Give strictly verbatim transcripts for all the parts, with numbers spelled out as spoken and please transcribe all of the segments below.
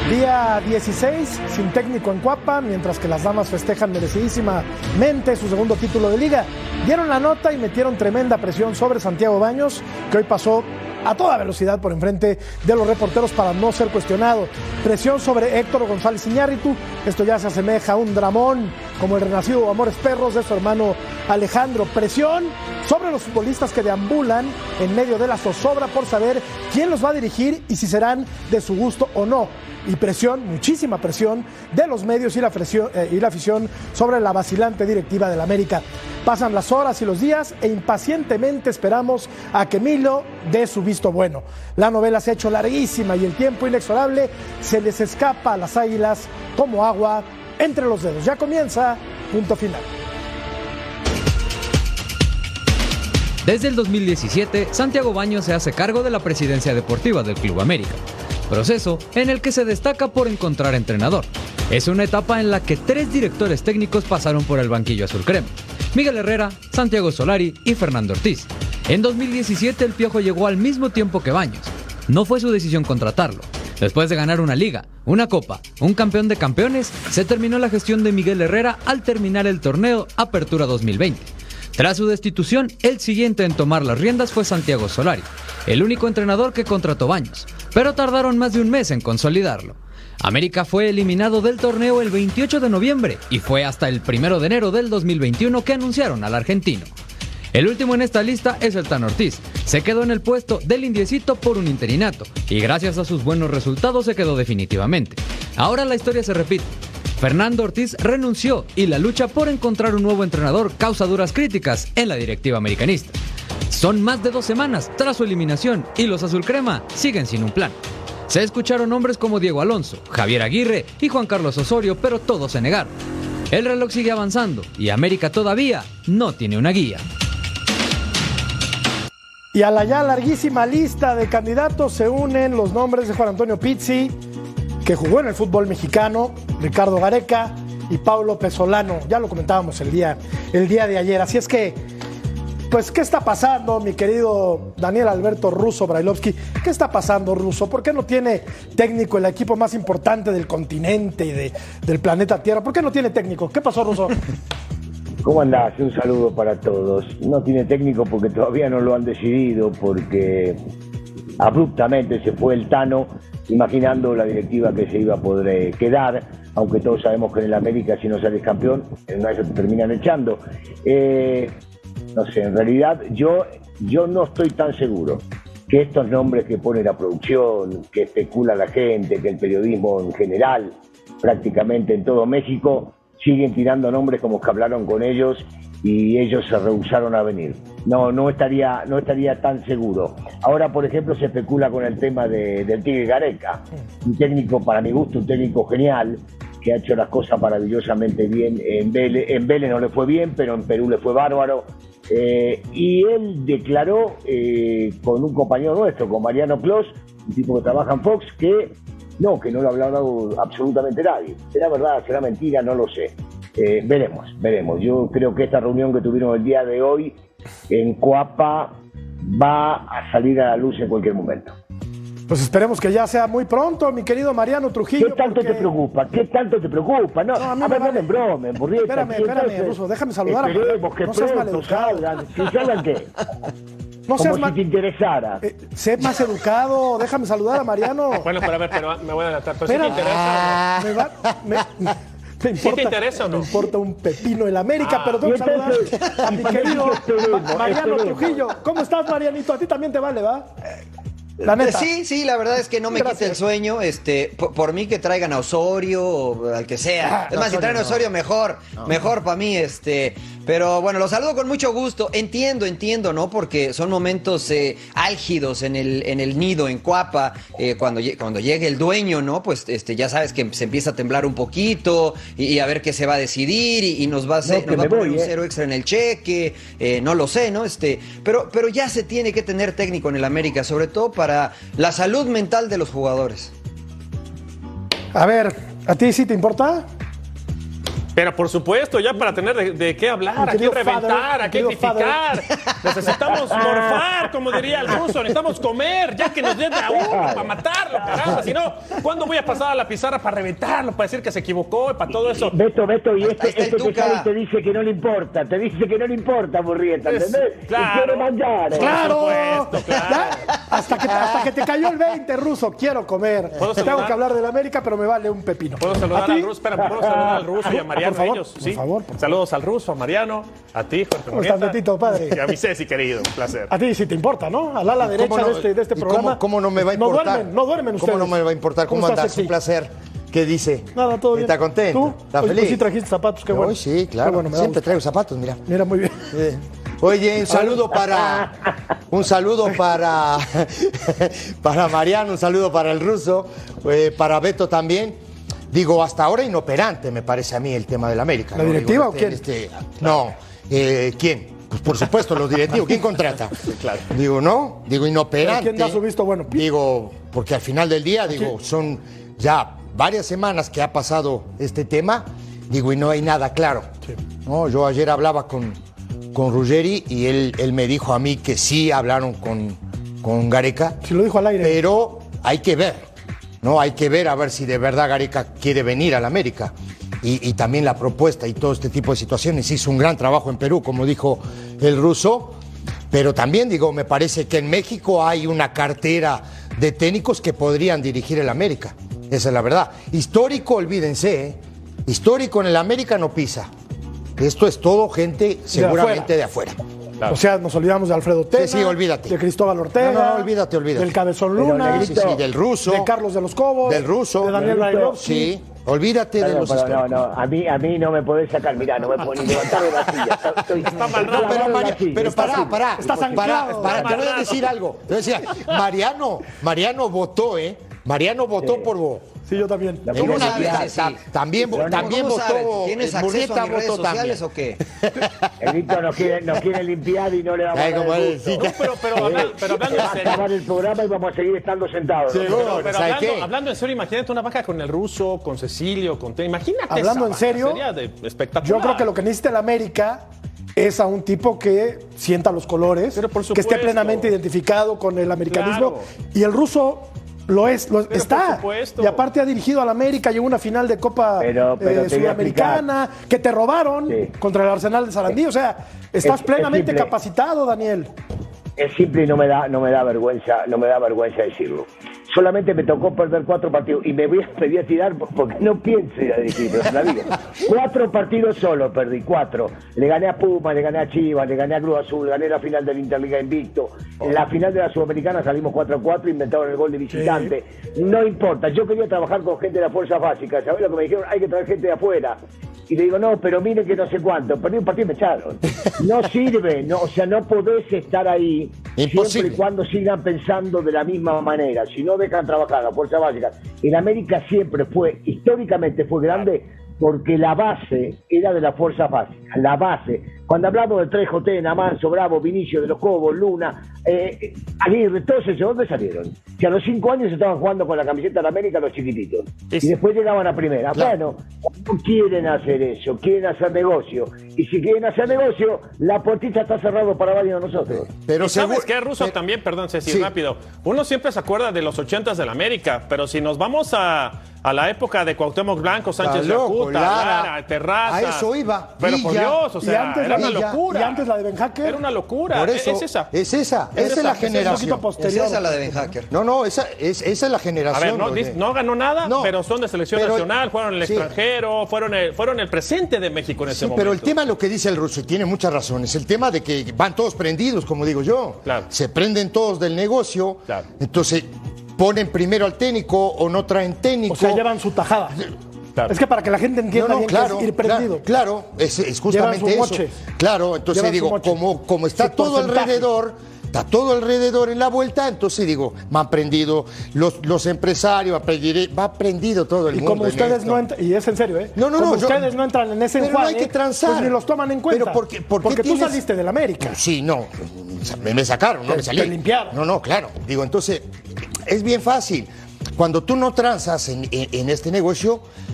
Día dieciséis, sin técnico en Cuapa, mientras que las damas festejan merecidísimamente su segundo título de liga. Dieron la nota y metieron tremenda presión sobre Santiago Baños, que hoy pasó a toda velocidad por enfrente de los reporteros para no ser cuestionado. Presión sobre Héctor González Iñárritu. Esto ya se asemeja a un dramón como el renacido Amores Perros de su hermano Alejandro. Presión sobre los futbolistas que deambulan en medio de la zozobra por saber quién los va a dirigir y si serán de su gusto o no. Y presión, muchísima presión de los medios y la, presión, eh, y la afición sobre la vacilante directiva del América. Pasan las horas y los días e impacientemente esperamos a que Milo dé su visto bueno. La novela se ha hecho larguísima y el tiempo inexorable se les escapa a las Águilas como agua entre los dedos. Ya comienza Punto Final. Desde el dos mil diecisiete, Santiago Baños se hace cargo de la presidencia deportiva del Club América, proceso en el que se destaca por encontrar entrenador. Es una etapa en la que tres directores técnicos pasaron por el banquillo azul crema: Miguel Herrera, Santiago Solari y Fernando Ortiz. En dos mil diecisiete el Piojo llegó al mismo tiempo que Baños. No fue su decisión contratarlo. Después de ganar una liga, una copa, un campeón de campeones, se terminó la gestión de Miguel Herrera al terminar el torneo Apertura dos mil veinte. Tras su destitución, el siguiente en tomar las riendas fue Santiago Solari, el único entrenador que contrató Baños, pero tardaron más de un mes en consolidarlo. América fue eliminado del torneo el veintiocho de noviembre y fue hasta el primero de enero del dos mil veintiuno que anunciaron al argentino. El último en esta lista es el Tan Ortiz. Se quedó en el puesto del indiecito por un interinato y gracias a sus buenos resultados se quedó definitivamente. Ahora la historia se repite. Fernando Ortiz renunció y la lucha por encontrar un nuevo entrenador causa duras críticas en la directiva americanista. Son más de dos semanas tras su eliminación y los azulcrema siguen sin un plan. Se escucharon nombres como Diego Alonso, Javier Aguirre y Juan Carlos Osorio, pero todos se negaron. El reloj sigue avanzando y América todavía no tiene una guía. Y a la ya larguísima lista de candidatos se unen los nombres de Juan Antonio Pizzi, que jugó en el fútbol mexicano, Ricardo Gareca y Paulo Pesolano. Ya lo comentábamos el día, el día de ayer. Así es que, pues, ¿qué está pasando, mi querido Daniel Alberto Russo Brailovsky? ¿Qué está pasando, Russo? ¿Por qué no tiene técnico el equipo más importante del continente y de, del planeta Tierra? ¿Por qué no tiene técnico? ¿Qué pasó, Russo? ¿Cómo andás? Un saludo para todos. No tiene técnico porque todavía no lo han decidido, porque abruptamente se fue el Tano, imaginando la directiva que se iba a poder quedar, aunque todos sabemos que en el América, si no sales campeón, en una vez te terminan echando. Eh, no sé, en realidad yo, yo no estoy tan seguro que estos nombres que pone la producción, que especula la gente, que el periodismo en general, prácticamente en todo México, siguen tirando nombres como que hablaron con ellos y ellos se rehusaron a venir. No, no estaría, no estaría tan seguro. Ahora, por ejemplo, se especula con el tema de, del Tigre Gareca, un técnico, para mi gusto, un técnico genial, que ha hecho las cosas maravillosamente bien. En Vélez, en Vélez no le fue bien, pero en Perú le fue bárbaro. Eh, y él declaró eh, con un compañero nuestro, con Mariano Clos, un tipo que trabaja en Fox, que no, que no lo ha hablado absolutamente nadie. ¿Será verdad? ¿Será mentira? No lo sé. Eh, veremos, veremos. Yo creo que esta reunión que tuvieron el día de hoy en Cuapa va a salir a la luz en cualquier momento. Pues esperemos que ya sea muy pronto, mi querido Mariano Trujillo. ¿Qué tanto porque... te preocupa? ¿Qué tanto te preocupa? No, no a, mí a ver, vale. no me brome, burrita. Espérame, espérame, Russo, déjame saludar. Esperemos que no seas pronto salgan. ¿Sí salgan qué? No Como si ma... te interesara. Eh, sé más educado, déjame saludar a Mariano. Bueno, pero a ver, pero me voy a adelantar. ¿Pero Espera, sí te interesa? Me va... Me... Me importa, ¿Sí te interesa o no? Me importa un pepino el América, ah, pero tengo que saludar a mi querido esperemos, Mariano esperemos. Trujillo. ¿Cómo estás, Marianito? A ti también te vale, ¿va? La neta. Sí, sí, la verdad es que no me Gracias. quita el sueño. Este, por, por mí que traigan a Osorio o al que sea. Ah, es más, Osorio si traen a no. Osorio, mejor. No. Mejor para mí, este. Pero bueno, los saludo con mucho gusto. Entiendo, entiendo, ¿no? Porque son momentos eh, álgidos en el, en el nido, en Cuapa. Eh, cuando, cuando llegue el dueño, ¿no? Pues este, ya sabes que se empieza a temblar un poquito y, y a ver qué se va a decidir y, y nos va a, hacer, No, nos va a poner voy, un eh. cero extra en el cheque. Eh, no lo sé, ¿no? Este, pero, pero ya se tiene que tener técnico en el América, sobre todo para la salud mental de los jugadores. A ver, ¿a ti sí te importa? Pero por supuesto, ya para tener de, de qué hablar, aquí reventar, aquí edificar. Necesitamos morfar, como diría el ruso. Necesitamos comer, ya que nos den a uno para matarlo, caramba. Si no, ¿cuándo voy a pasar a la pizarra para reventarlo, para decir que se equivocó, para todo eso? Beto, Beto, y este, Hasta este el te Tuca. sale y te dice que no le importa, te dice que no le importa, Burrieta, Es- ¿entendés? claro. Y quiere manjar. ¿eh? ¡Claro! supuesto, claro. Ya, hasta, que, hasta que te cayó el veinte, ruso. Quiero comer. ¿Puedo Tengo saludar? que hablar de la América, pero me vale un pepino. ¿Puedo ¿A saludar ti? al ruso? Espera, ¿puedo saludar al ruso y a Mariano? Por favor, ellos? por ¿Sí? favor, por favor. Saludos al ruso, a Mariano, a ti, Jorge ¿Cómo estás, Murrieta, Betito, padre? y a mi Ceci, querido. Un placer. A ti sí te importa, ¿no? Al ala derecha ¿Cómo no- de este, de este y programa. ¿Cómo, cómo no me va a importar? No duermen, no duermen ustedes. ¿Cómo no me va a importar? ¿Cómo, estás, andas? Ceci? Un placer. ¿Qué dice? Nada, todo bien. ¿Está contento? ¿Tú? ¿Está Hoy- feliz? hoy sí trajiste zapatos, qué bueno. Hoy sí, claro. Qué bueno, me da Siempre gusto. traigo zapatos, mira. Mira, muy bien. Eh, Oye, un saludo para un saludo para para Mariano, un saludo para el ruso, eh, para Beto también. Digo, hasta ahora inoperante me parece a mí el tema del América. ¿La ¿no? directiva Digo, o quién? este, no, eh, ¿quién? Pues por supuesto, los directivos. ¿Quién contrata? claro. Digo, no, digo inoperante. ¿Quién da su visto bueno? Digo, porque al final del día, digo, son ya varias semanas que ha pasado este tema, digo, y no hay nada claro. Sí. No, yo ayer hablaba con, con Ruggeri y él, él me dijo a mí que sí hablaron con, con Gareca, Si lo dijo al aire. pero hay que ver, ¿no? Hay que ver a ver si de verdad Gareca quiere venir al América. Y, y también la propuesta y todo este tipo de situaciones. Hizo un gran trabajo en Perú, como dijo el ruso, pero también, digo, me parece que en México hay una cartera de técnicos que podrían dirigir el América. Esa es la verdad. Histórico, olvídense, ¿eh? Histórico en el América no pisa. Esto es todo gente seguramente de afuera. Claro. O sea, nos olvidamos de Alfredo Tena. Sí, sí, olvídate. De Cristóbal Ortega. No, no, olvídate, olvídate. Del Cabezón Pero, Luna. Negrito, Sí, sí, del ruso. De Carlos de los Cobos. Del ruso. De Daniel Negrito, Brailovsky. Sí, olvídate de Perdón, los pero no, históricos. no, a mí, a mí no me podés sacar, mirá, no me puedo ni levantar de la silla. Estoy, Está mal, estoy no, No, pero, clavado en la Mari- silla. pero Está pará, así. pará, Estás pará, anclado. pará, te voy a Amarrado. decir algo. Te decía, Mariano, Mariano votó, ¿eh? Mariano votó Sí. por vos. Sí, yo también. La En ¿Cómo una- primera- sabes, ta- Ceci? ta- también, Pero no, también ¿cómo sabes? votó. ¿Tienes eh, acceso Murrieta a mis redes votó sociales también. o qué? El Víctor nos quiere, nos quiere limpiar y no le vamos Ay, a dar como el él, gusto. sí, ya. Pero, pero, habla- pero hablando Va en a serio. acabar el programa y vamos a seguir estando sentados. ¿no? Seguro. Pero, pero ¿Sabes hablando, qué? hablando en serio, imagínate una vaca con el ruso, con Cecilio, con... Imagínate Hablando esa en vaca, serio, sería de espectacular. Yo creo que lo que necesita el América es a un tipo que sienta los colores, Pero por que esté supuesto. plenamente identificado con el americanismo. Claro. Y el ruso lo es, lo Pero está. por supuesto. Y aparte ha dirigido al América, llegó a una final de Copa Pero- pero eh, te voy a Sudamericana, que te robaron Sí. contra el Arsenal de Sarandí. O sea, estás Es- es plenamente simple. capacitado, Daniel. Es simple y no me da, no me da vergüenza, no me da vergüenza decirlo. Solamente me tocó perder cuatro partidos y me voy a, me voy a tirar porque no pienso ir a dirigir, pero se la digo. Cuatro partidos solo perdí, cuatro. Le gané a Puma, le gané a Chivas, le gané a Cruz Azul, gané la final del Interliga Invicto. En la final de la Sudamericana salimos cuatro a cuatro, inventaron el gol de visitante. No importa, yo quería trabajar con gente de las fuerzas básicas. ¿Sabés lo que me dijeron? Hay que traer gente de afuera. Y le digo, no, pero miren que no sé cuánto. Perdí un partido y me echaron. No sirve, no, o sea, no podés estar ahí Imposible. siempre y cuando sigan pensando de la misma manera. Si no dejan trabajar las fuerzas básicas. El América siempre fue, históricamente fue grande porque la base era de las fuerzas básicas. La base. Cuando hablamos de Trejo, Tena, Manso, Bravo, Vinicio, de los Cobos, Luna, eh, Aguirre, todos esos, ¿dónde salieron? Si a los cinco años estaban jugando con la camiseta de la América los chiquititos. Es- Y después llegaban a primera. Claro. Bueno, no quieren hacer eso, quieren hacer negocio. Y si quieren hacer negocio, la puertita está cerrada para varios de nosotros. Pero ¿Y sabes seguro- qué, Ruso? pero- También, perdón, Ceci, Sí. rápido. Uno siempre se acuerda de los ochentas del América, pero si nos vamos a, a la época de Cuauhtémoc Blanco, Sánchez Está loco, Yacuta, Lara. Lara, Terraza. A eso iba. Pero por Villa. Dios, o Y sea, antes era la- una Villa. locura. Y antes la de Ben Hacker. Era una locura. Por E- eso, es esa. es esa, Es esa es esa, la es esa, Un generación. poquito Es posterior. esa la de Ben Hacker. No, no, esa es, esa es la A generación. ver, no, donde- dis- no ganó nada, No, pero son de selección pero- nacional, fueron el sí. extranjero, fueron el, fueron el presente de México en ese Sí, momento. pero el tema es lo que dice el ruso, y tiene muchas razones. El tema de que van todos prendidos, como digo yo. Claro. Se prenden todos del negocio. Claro. Entonces, ponen primero al técnico o no traen técnico. O sea, llevan su tajada. Claro. Es que para que la gente No, entienda no, bien claro, que es ir prendido. Claro, claro, es, es justamente Llevan su eso. moche. Claro, entonces Llevan su digo, moche. como, como está Su todo porcentaje. alrededor, está todo alrededor en la vuelta, entonces digo, me han prendido los, los empresarios, va prendido, va prendido todo el Y mundo. como en ustedes esto. no entran, y es en serio, ¿eh? No, no, como no, yo- ustedes no entran en ese Pero no hay enjuague, que transar. pues ni los toman en cuenta. Pero ¿por qué- por qué Porque tú tienes- saliste del América. Sí, no, me, me sacaron, no Te- me salí. te limpiaron. No, no, claro. Digo, entonces, es bien fácil. Cuando tú no transas en, en- en este negocio,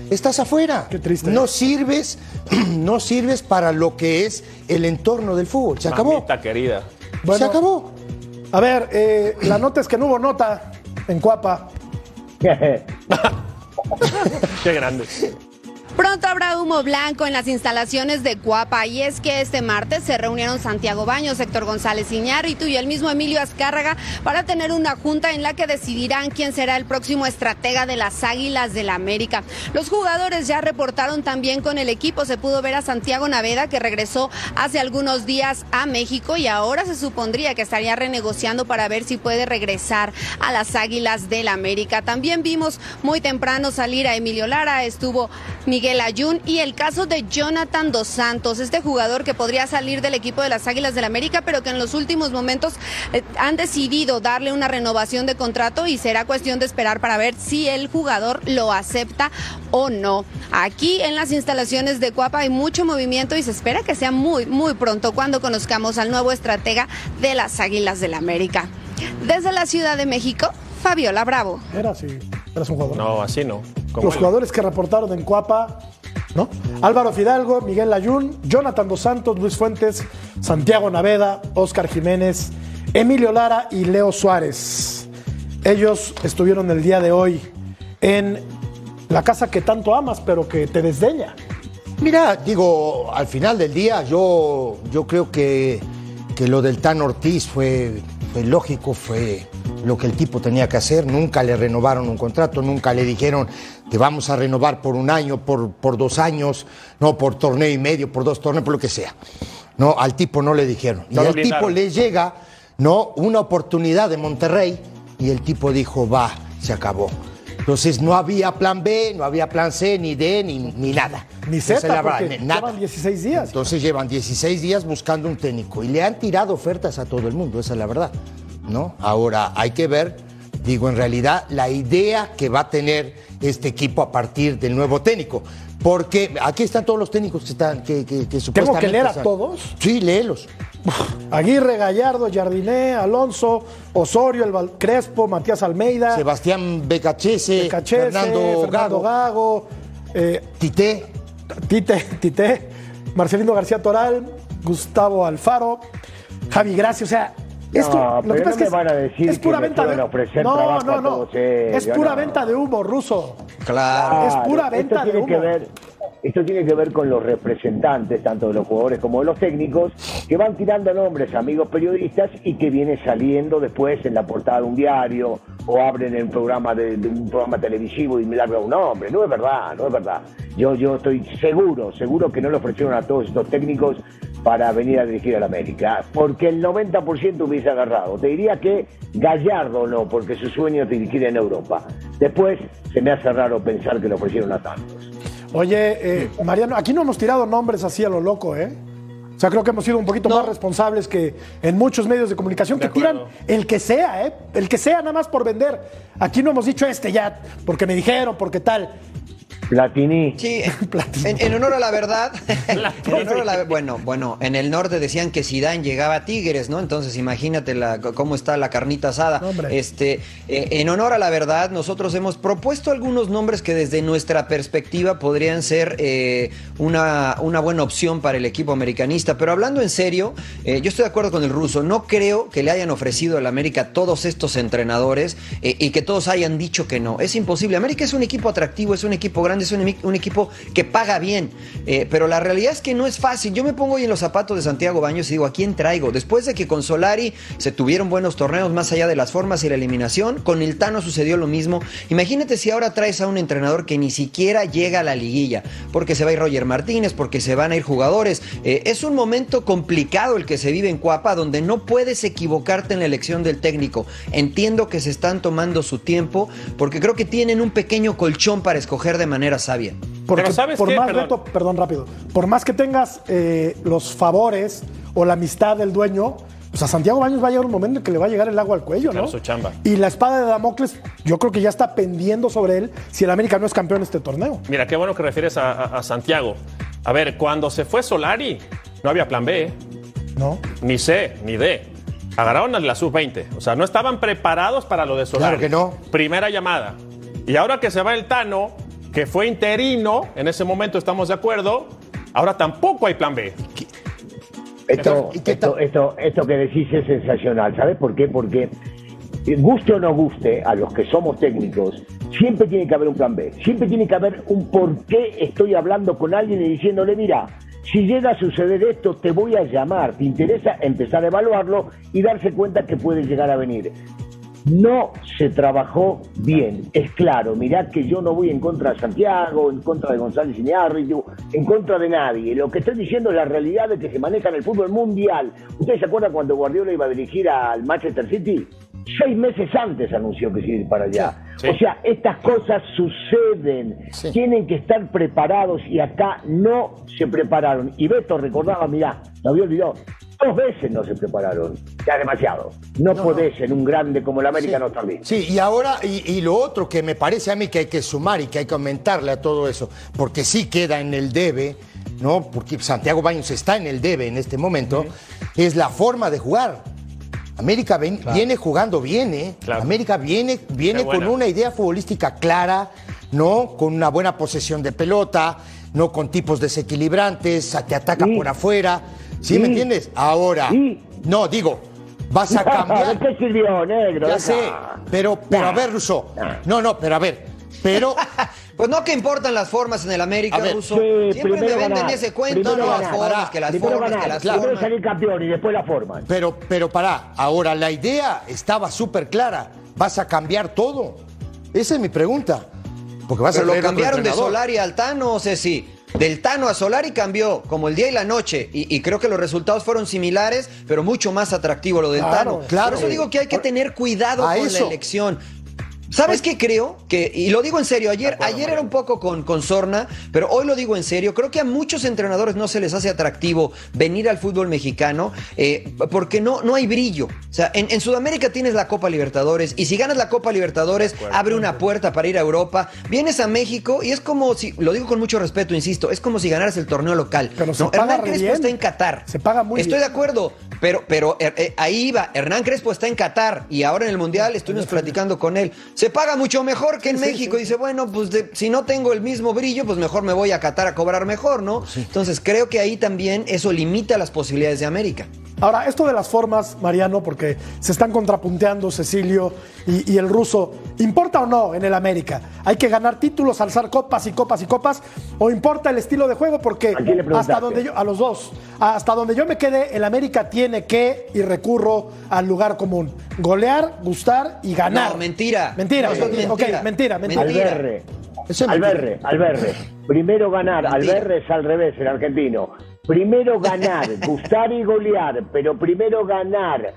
estás afuera. Qué triste. No sirves, no sirves para lo que es el entorno del fútbol. Se acabó. Mamita querida. Bueno, Se acabó. A ver, eh, la nota es que no hubo nota en Cuapa. Qué grande. Pronto habrá humo blanco en las instalaciones de Cuapa, y es que este martes se reunieron Santiago Baños, Héctor González Iñárritu y el mismo Emilio Azcárraga para tener una junta en la que decidirán quién será el próximo estratega de las Águilas del la América. Los jugadores ya reportaron también con el equipo. Se pudo ver a Santiago Naveda, que regresó hace algunos días a México y ahora se supondría que estaría renegociando para ver si puede regresar a las Águilas del la América. También vimos muy temprano salir a Emilio Lara, estuvo Miguel Miguel Ayun y el caso de Jonathan Dos Santos, este jugador que podría salir del equipo de las Águilas del la América, pero que en los últimos momentos eh, han decidido darle una renovación de contrato y será cuestión de esperar para ver si el jugador lo acepta o no. Aquí en las instalaciones de Cuapa hay mucho movimiento y se espera que sea muy, muy pronto cuando conozcamos al nuevo estratega de las Águilas del la América. Desde la Ciudad de México, Fabiola Bravo. Era así, eras un jugador. No, así no. Los él. Jugadores que reportaron en Cuapa, ¿no? Álvaro Fidalgo, Miguel Ayun, Jonathan Dos Santos, Luis Fuentes, Santiago Naveda, Óscar Jiménez, Emilio Lara y Leo Suárez. Ellos estuvieron el día de hoy en la casa que tanto amas, pero que te desdeña. Mira, digo, al final del día yo, yo creo que, que lo del Tan Ortiz fue, fue lógico, fue lo que el tipo tenía que hacer. Nunca le renovaron un contrato, nunca le dijeron te vamos a renovar por un año, por, por dos años, no por torneo y medio, por dos torneos, por lo que sea. No, al tipo no le dijeron. Y al tipo le llega, no, una oportunidad de Monterrey y el tipo dijo, va, se acabó. Entonces no había plan B, no había plan C, ni D, ni, ni nada. Ni Z, porque nada. Llevan dieciséis días. Entonces llevan dieciséis días buscando un técnico y le han tirado ofertas a todo el mundo, esa es la verdad, ¿no? Ahora hay que ver, digo, en realidad, la idea que va a tener este equipo a partir del nuevo técnico. Porque aquí están todos los técnicos que están, que, que, que supuestamente... ¿Tengo que leer a están... todos? Sí, léelos. Aguirre, Gallardo, Jardiné, Alonso, Osorio, el Val... Crespo, Matías Almeida, Sebastián Becachese, Becachese Fernando, Fernando Gago, Gago eh, Tite, Tite, Tite, Marcelino García Toral, Gustavo Alfaro, Javi Gracia, o sea, esto, no, lo que pasa no es que me van a decir es pura que venta de no, no, no, no, es pura no. venta de humo, Ruso. Claro. Es pura venta esto de tiene humo. Que ver, esto tiene que ver con los representantes, tanto de los jugadores como de los técnicos, que van tirando nombres a amigos periodistas y que viene saliendo después en la portada de un diario o abren en programa de, de un programa televisivo y me larga un nombre. No es verdad, no es verdad. Yo, yo estoy seguro, seguro que no le ofrecieron a todos estos técnicos para venir a dirigir a la América, porque el noventa por ciento hubiese agarrado. Te diría que Gallardo no, porque su sueño es dirigir en Europa. Después se me hace raro pensar que le ofrecieron a tantos. Oye, eh, Mariano, aquí no hemos tirado nombres así a lo loco, ¿eh? O sea, creo que hemos sido un poquito no. más responsables que en muchos medios de comunicación de que tiran el que sea, ¿eh? El que sea nada más por vender. Aquí no hemos dicho este ya, porque me dijeron, porque tal. Platini. Sí, en, en honor a la verdad, en honor a la, bueno, bueno, en el norte decían que Zidane llegaba a Tigres, ¿no? Entonces imagínate la, cómo está la carnita asada. Hombre. Este, eh, en honor a la verdad, nosotros hemos propuesto algunos nombres que desde nuestra perspectiva podrían ser eh, una, una buena opción para el equipo americanista. Pero hablando en serio, eh, yo estoy de acuerdo con el ruso. No creo que le hayan ofrecido al América todos estos entrenadores eh, y que todos hayan dicho que no. Es imposible. América es un equipo atractivo, es un equipo grande, es un, un equipo que paga bien, eh, pero la realidad es que no es fácil. Yo me pongo hoy en los zapatos de Santiago Baños y digo, ¿a quién traigo? Después de que con Solari se tuvieron buenos torneos más allá de las formas y la eliminación, con el Tano sucedió lo mismo. Imagínate si ahora traes a un entrenador que ni siquiera llega a la liguilla, porque se va a ir Roger Martínez, porque se van a ir jugadores. Eh, es un momento complicado el que se vive en Cuapa, donde no puedes equivocarte en la elección del técnico. Entiendo que se están tomando su tiempo, porque creo que tienen un pequeño colchón para escoger de manera sabia. Porque Pero ¿sabes por qué? más Perdón. reto, perdón, rápido, por más que tengas eh, los favores o la amistad del dueño, pues a Santiago Baños va a llegar un momento en que le va a llegar el agua al cuello, Claro, ¿no? su chamba. Y la espada de Damocles, yo creo que ya está pendiendo sobre él si el América no es campeón de este torneo. Mira, qué bueno que refieres a, a, a Santiago. A ver, cuando se fue Solari, no había plan B, ¿No? ni C, ni D. Agarraron a la sub veinte. O sea, no estaban preparados para lo de Solari. Claro que no. Primera llamada. Y ahora que se va el Tano, que fue interino, en ese momento estamos de acuerdo, ahora tampoco hay plan B. Esto, esto, esto, esto que decís es sensacional, ¿sabes por qué? Porque guste o no guste a los que somos técnicos, siempre tiene que haber un plan B, siempre tiene que haber un por qué estoy hablando con alguien y diciéndole, mira, si llega a suceder esto, te voy a llamar, ¿te interesa empezar a evaluarlo y darse cuenta que puede llegar a venir? No se trabajó bien, es claro, mirá que yo no voy en contra de Santiago, en contra de González Iñárritu, en contra de nadie. Lo que estoy diciendo es la realidad de que se maneja en el fútbol mundial. ¿Ustedes se acuerdan cuando Guardiola iba a dirigir al Manchester City? Seis meses antes anunció que se iba para allá. Sí, sí. O sea, estas cosas suceden, sí. Tienen que estar preparados y acá no se prepararon. Y Beto recordaba, mirá, lo había olvidado, dos veces no se prepararon, ya demasiado. No, no podés no. en un grande como el América sí. no estar bien. Sí, y ahora, y, y lo otro que me parece a mí que hay que sumar y que hay que aumentarle a todo eso, porque sí queda en el debe, ¿no? Porque Santiago Baños está en el debe en este momento, sí. es la forma de jugar. América ven, claro. viene jugando bien, ¿eh? Claro. América viene, viene con una idea futbolística clara, ¿no? Con una buena posesión de pelota, no con tipos desequilibrantes, te ataca sí. por afuera. ¿Sí, sí me entiendes? Ahora, sí. no, digo, vas a cambiar. ¿Qué sirvió, negro? Ya sé, pero, pero nah. a ver, Russo. Nah. No, no, pero a ver, pero... Pues no que importan las formas en el América, ver, Russo. Sí, siempre me venden ganar. ese cuento, primero no ganar. las formas, que las primero formas, ganar. que las claro. formas. salir campeón y después la forma. Pero, pero pará, ahora la idea estaba súper clara. ¿Vas a cambiar todo? Esa es mi pregunta. Porque vas pero a lo cambiaron de Solari al Tano, Ceci. Del Tano a Solari cambió como el día y la noche y, y creo que los resultados fueron similares, pero mucho más atractivo lo del claro, Tano. Claro. Por eso digo que hay que tener cuidado a con eso. la elección. ¿Sabes qué creo? Que, y lo digo en serio, ayer, ayer era un poco con, con Sorna, pero hoy lo digo en serio, creo que a muchos entrenadores no se les hace atractivo venir al fútbol mexicano eh, porque no, no hay brillo. O sea, en, en Sudamérica tienes la Copa Libertadores y si ganas la Copa Libertadores abre una puerta para ir a Europa, vienes a México y es como si, lo digo con mucho respeto, insisto, es como si ganaras el torneo local. Pero se no, paga Hernán Crespo bien. está en Qatar. Se paga muy Estoy bien. de acuerdo. Pero, pero eh, eh, ahí va, Hernán Crespo está en Qatar y ahora en el Mundial estuvimos platicando con él. Se paga mucho mejor que en sí, México. Sí, sí. Dice, bueno, pues de, si no tengo el mismo brillo, pues mejor me voy a Qatar a cobrar mejor, ¿no? Sí. Entonces creo que ahí también eso limita las posibilidades de América. Ahora, esto de las formas, Mariano, porque se están contrapunteando Cecilio y, y el Ruso, ¿importa o no en el América? ¿Hay que ganar títulos, alzar copas y copas y copas? ¿O importa el estilo de juego? Porque hasta donde yo, a los dos, hasta donde yo me quede, el América tiene que, y recurro al lugar común, golear, gustar y ganar. No, mentira. Mentira, no, mentira. Ok, mentira, mentira. Alberre, Alberre, Alberre. Primero ganar, mentira. Alberre es al revés, el argentino. Primero ganar, gustar y golear, pero primero ganar,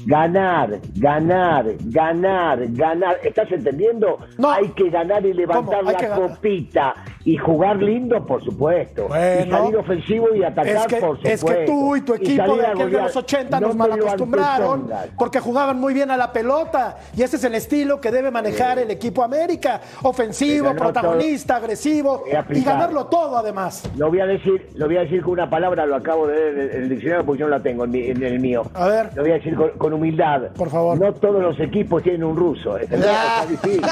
ganar, ganar, ganar, ganar. ¿Estás entendiendo? No. Hay que ganar y levantar la copita y jugar lindo, por supuesto. Bueno, y salir ofensivo y atacar, es que, por supuesto. Es que tú y tu equipo y de aquel de los ochenta no nos malacostumbraron porque jugaban muy bien a la pelota y ese es el estilo que debe manejar sí. el equipo América. Ofensivo, protagonista, todo. agresivo y ganarlo todo además. Lo voy a decir, lo voy a decir con una palabra, lo acabo de ver en el diccionario porque yo no la tengo en, mi, en el mío. A ver. Lo voy a decir con, con humildad. Por favor. No todos los equipos tienen un ruso. Es ah. difícil.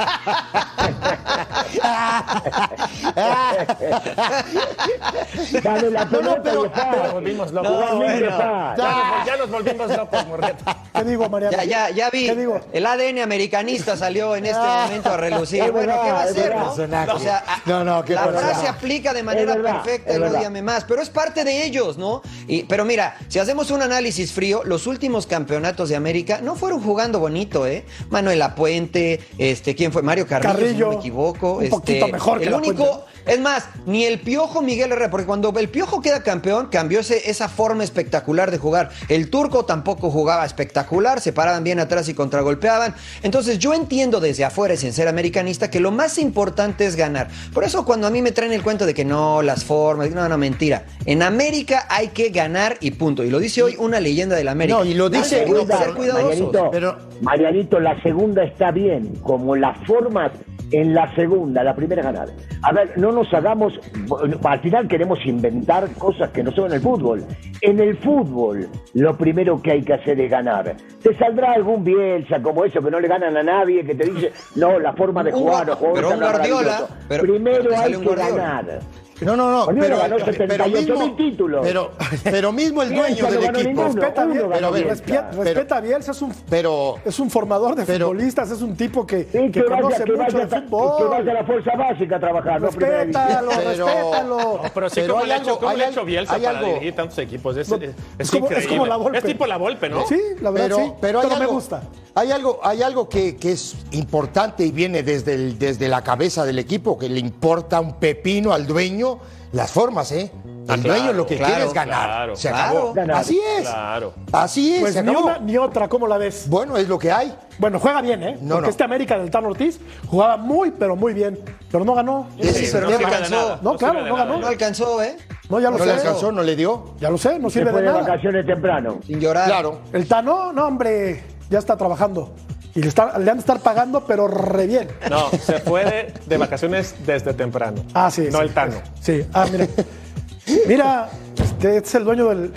Dale la pelota no, no, pero, y pero, nos volvimos locos. No, bueno. ya, nos, ya nos volvimos locos, Morreta. ¿Qué digo, Mariano? Ya, ya, ya vi. El A D N americanista salió en este momento a relucir. Es bueno, verdad, ¿qué va a hacer, no? O sea, no, no, ¿qué la frase verdad. aplica de manera verdad, perfecta y odíame más, pero es parte de ellos, ¿no? Y, pero mira, si hacemos un análisis frío, los últimos campeonatos de América no fueron jugando bonito, ¿eh? Manuel Lapuente, este, ¿quién fue? Mario Carrillo, Carrillo si no me equivoco. Un este, poquito mejor que el único, Lapuente. Es más, ni el Piojo Miguel Herrera, porque cuando el Piojo queda campeón, cambió ese, esa forma espectacular de jugar. El Turco tampoco jugaba espectacular, se paraban bien atrás y contragolpeaban. Entonces yo entiendo desde afuera, sin ser americanista, que lo más importante es ganar. Por eso cuando a mí me traen el cuento de que no, las formas, no, no, mentira. En América hay que ganar y punto. Y lo dice hoy una leyenda del América. No, y lo dice... Marianito, pero... Marianito, la segunda está bien, como las formas en la segunda, la primera ganar. A ver, no nos hagamos, al final queremos inventar cosas que no son en el fútbol. En el fútbol, lo primero que hay que hacer es ganar. Te saldrá algún Bielsa como eso, que no le ganan a nadie, que te dice, no, la forma de jugar, un, pero un Guardiola, pero, primero pero hay un que Guardiola. ganar. No, no, no, Guardiola pero, ganó pero, setenta y ocho mil mismo, títulos. pero, pero mismo el dueño Bielsa del no ganó equipo. ninguno. Respeta, Uno bien, ganó pero, Bielsa. respeta, Pero- respeta a Bielsa, es un, Pero, es un formador de pero- futbolistas, es un tipo que, Sí, que que, vaya, conoce que, mucho vaya, de que fútbol. vaya a la fuerza básica a trabajar, no primera división. Respétalo, Pero- respétalo. No, pero sí, Pero como hay le ha hecho, algo- cómo hay le ha algo- hecho Bielsa hay para algo- dirigir tantos equipos. Es, No, es, es es como- es increíble. como la Volpe. Es tipo la Volpe, ¿no? Sí, la verdad pero, sí. pero, hay me algo, gusta. Hay algo, hay algo que, que es importante y viene desde, el, desde la cabeza del equipo, que le importa un pepino al dueño las formas, ¿eh? El Ah, claro, dueño lo que claro, quiere es ganar. claro, se claro. acabó. Ganar. Así es. Claro. Así es. Pues se ni acabó. una ni otra, ¿cómo la ves? Bueno, es lo que hay. Bueno, juega bien, ¿eh? No, Porque no. este América del Tano Ortiz jugaba muy, pero muy bien. Pero no ganó. Ese es el pero no tema. alcanzó. nada, No, claro, sirve de no nada. ganó. No alcanzó, ¿eh? No, ya lo No sé. le alcanzó, no le dio. Ya lo sé, no Se sirve fue de de nada. vacaciones temprano. Sin llorar. Claro. El Tano, no, hombre, ya está trabajando. Y le, está- le han de estar pagando, pero re bien. No, se fue de, de vacaciones desde temprano. Ah, sí. No sí, el Tano. Sí, ah, mira. Mira, este es el dueño del.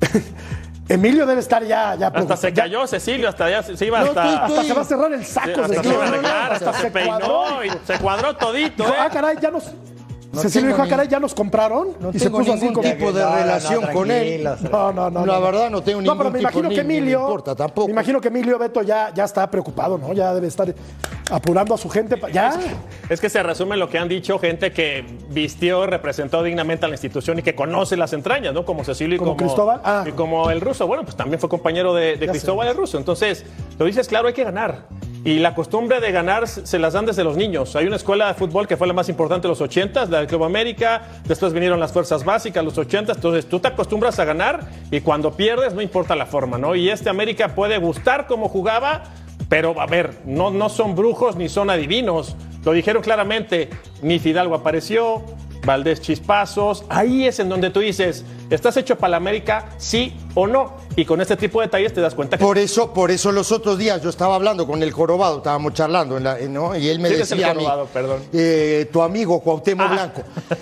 Emilio debe estar ya. ya Hasta se ya- cayó Cecilio, hasta ya se se iba No, hasta. estoy- Hasta se va a cerrar el Sí, saco. hasta Cecilio. se iba a No, no, no, arreglar, hasta hasta se cuadró. peinó y se cuadró todito, Dijo, ¿eh? ah, caray, ya nos. Cecilio tengo dijo, ah, ni- caray, ya nos compraron. No y se tengo puso así ningún como. tipo de No, no, no, relación con él. tranquilos. No, no, no. La no. verdad no tengo No, ningún pero me tipo imagino ni- que ni me Emilio. importa tampoco. Me imagino que Emilio Beto ya, ya está preocupado, ¿no? Ya debe estar apurando a su gente. pa- Ya. Es que se resume lo que han dicho gente que vistió y representó dignamente a la institución y que conoce las entrañas, ¿no? Como Cecilio y ¿Como como, Cristóbal? Ah. y como el ruso. Bueno, pues también fue compañero de, de Ya Cristóbal el ruso. Entonces, lo dices claro, hay que ganar. Y la costumbre de ganar se las dan desde los niños. Hay una escuela de fútbol que fue la más importante de los ochentas, la del Club América. Después vinieron las fuerzas básicas, los ochentas. Entonces, tú te acostumbras a ganar y cuando pierdes no importa la forma, ¿no? Y este América puede gustar como jugaba, pero a ver, no, no son brujos ni son adivinos. Lo dijeron claramente, ni Fidalgo apareció, Valdés chispazos. Ahí es en donde tú dices, ¿estás hecho para la América, sí o no? Y con este tipo de detalles te das cuenta que Por eso, por eso los otros días yo estaba hablando con el Jorobado, estábamos charlando, en la- en- ¿no? Y él me ¿Quién es el decía a mí, Jorobado? Perdón. eh, tu amigo Cuauhtémoc Blanco.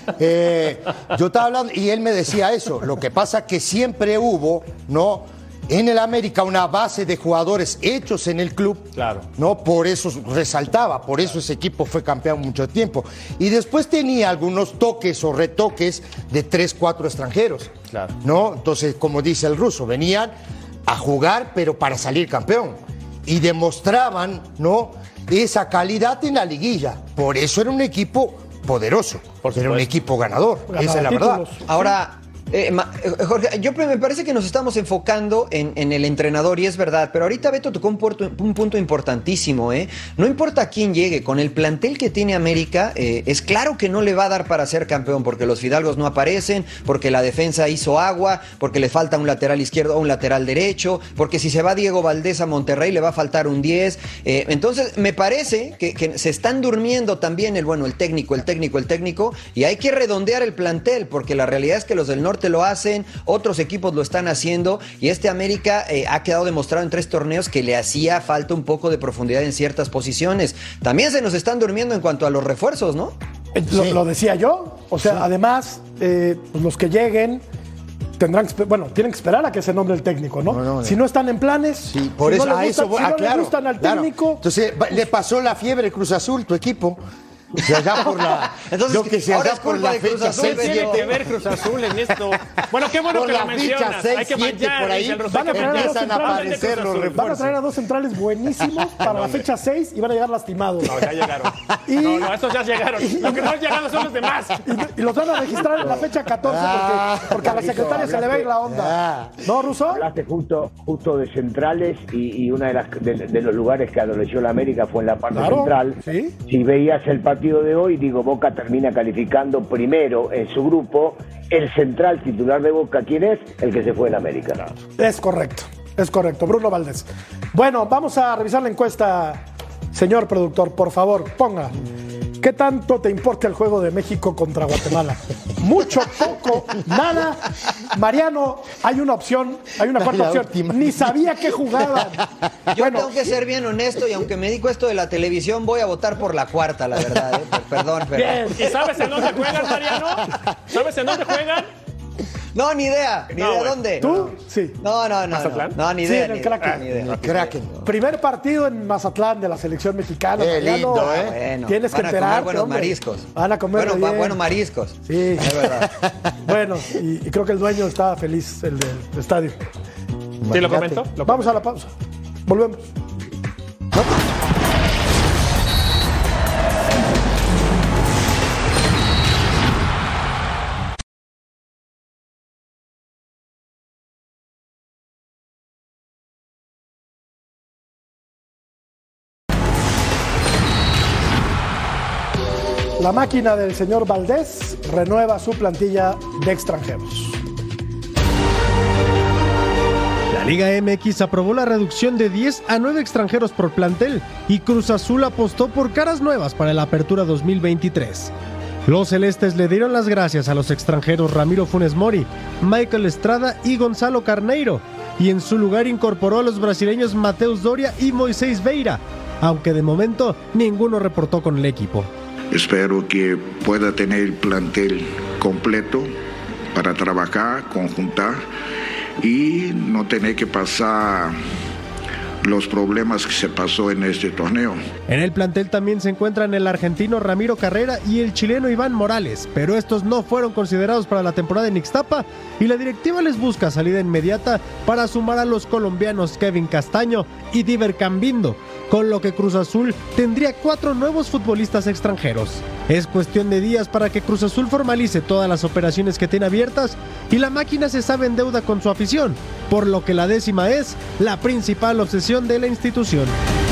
Eh, yo estaba hablando y él me decía eso. Lo que pasa que siempre hubo, ¿no? En el América una base de jugadores hechos en el club. Claro. ¿No? Por eso resaltaba, por eso ese equipo fue campeón mucho tiempo. Y después tenía algunos toques o retoques de tres, cuatro extranjeros. Claro. ¿No? Entonces, como dice el ruso, venían a jugar, pero para salir campeón. Y demostraban, ¿no? Esa calidad en la liguilla. Por eso era un equipo poderoso. Porque era un supuesto. equipo ganador. Ganaba Esa es la verdad. títulos. Ahora, eh, ma- eh, Jorge, yo me parece que nos estamos enfocando en, en el entrenador y es verdad, pero ahorita Beto tocó un, puerto- un punto importantísimo, ¿eh? No importa quién llegue, con el plantel que tiene América, eh, es claro que no le va a dar para ser campeón, porque los Fidalgos no aparecen, porque la defensa hizo agua, porque le falta un lateral izquierdo o un lateral derecho, porque si se va Diego Valdés a Monterrey le va a faltar un diez. Eh, entonces, me parece que, que se están durmiendo también el, bueno, el técnico, el técnico, el técnico, y hay que redondear el plantel, porque la realidad es que los del norte lo hacen, otros equipos lo están haciendo, y este América eh, ha quedado demostrado en tres torneos que le hacía falta un poco de profundidad en ciertas posiciones. También se nos están durmiendo en cuanto a los refuerzos, ¿no? Eh, Lo, Sí. lo decía yo. O sea, además, eh, pues los que lleguen tendrán que, espe- bueno, tienen que esperar a que se nombre el técnico, ¿no? No, no, no. Si no están en planes, Sí, por si eso, no les a gusta- eso voy- si ah, no claro, le gustan al claro. técnico, Entonces, va- le pasó la fiebre Cruz Azul, tu equipo. De allá por la. Entonces, yo que sé, ahora allá es por culpa la de Cruz fecha Azul, seis, Beto. tiene siete. que ver Cruz Azul en esto. Bueno, qué bueno Por que la lo ficha mencionas. seis, Hay que siete, manchar, por ahí, dice el ruso, van a hay que traer a dos manchar. empiezan a centrales, aparecer los van a refuerzos. traer a dos centrales buenísimos para la fecha seis y van a llegar lastimados. No, ya llegaron. Y- No, no, estos ya llegaron. Los que no han llegado son los demás. Y, y los van a registrar en la fecha catorce Ah, porque, porque a la secretaria se le va a ir la onda. Ah. ¿No, Russo? Hablaste justo, justo de centrales y, y uno de, las, de, de los lugares que adoleció la América fue en la parte Claro, central. sí. Si veías el partido de hoy, digo, Boca termina calificando primero en su grupo. El central titular de Boca, ¿quién es? El que se fue en América. Es correcto, es correcto, Bruno Valdés. Bueno, vamos a revisar la encuesta, señor productor, por favor, ponga. ¿Qué tanto te importa el juego de México contra Guatemala? mucho, poco, nada. Mariano, hay una opción, hay una cuarta opción. Última. Ni sabía que jugaban. Yo bueno, tengo que ser bien honesto y aunque me dedico a esto de la televisión, voy a votar por la cuarta, la verdad. ¿eh? Perdón, perdón. Bien. ¿Y sabes en dónde juegan, Mariano? ¿Sabes en dónde juegan? No, ni idea. Ni no, idea güey. dónde. ¿Tú? Sí. No, no, no. ¿Mazatlán? No, no ni idea. Sí, en el ni Kraken. idea, ni idea. En el Kraken. Primer partido en Mazatlán de la selección mexicana. Qué lindo, Mariano. ¿eh? Bueno, Tienes que van a enterarte, comer buenos hombre. mariscos. Van a comer bueno, bien. buenos mariscos. Sí. Es verdad. Bueno, y, y creo que el dueño estaba feliz, el del estadio. ¿Sí lo comentó? ¿Lo Vamos a la pausa. Volvemos. La máquina del señor Valdés renueva su plantilla de extranjeros. La Liga M X aprobó la reducción de diez a nueve extranjeros por plantel y Cruz Azul apostó por caras nuevas para la Apertura dos mil veintitrés. Los celestes le dieron las gracias a los extranjeros Ramiro Funes Mori, Michael Estrada y Gonzalo Carneiro, y en su lugar incorporó a los brasileños Mateus Doria y Moisés Beira, aunque de momento ninguno reportó con el equipo. Espero que pueda tener el plantel completo para trabajar, conjuntar y no tener que pasar los problemas que se pasó en este torneo. En el plantel también se encuentran el argentino Ramiro Carrera y el chileno Iván Morales, pero estos no fueron considerados para la temporada en Ixtapa y la directiva les busca salida inmediata para sumar a los colombianos Kevin Castaño y Diver Cambindo, con lo que Cruz Azul tendría cuatro nuevos futbolistas extranjeros. Es cuestión de días para que Cruz Azul formalice todas las operaciones que tiene abiertas y la máquina se sabe en deuda con su afición, por lo que la décima es la principal obsesión de la institución.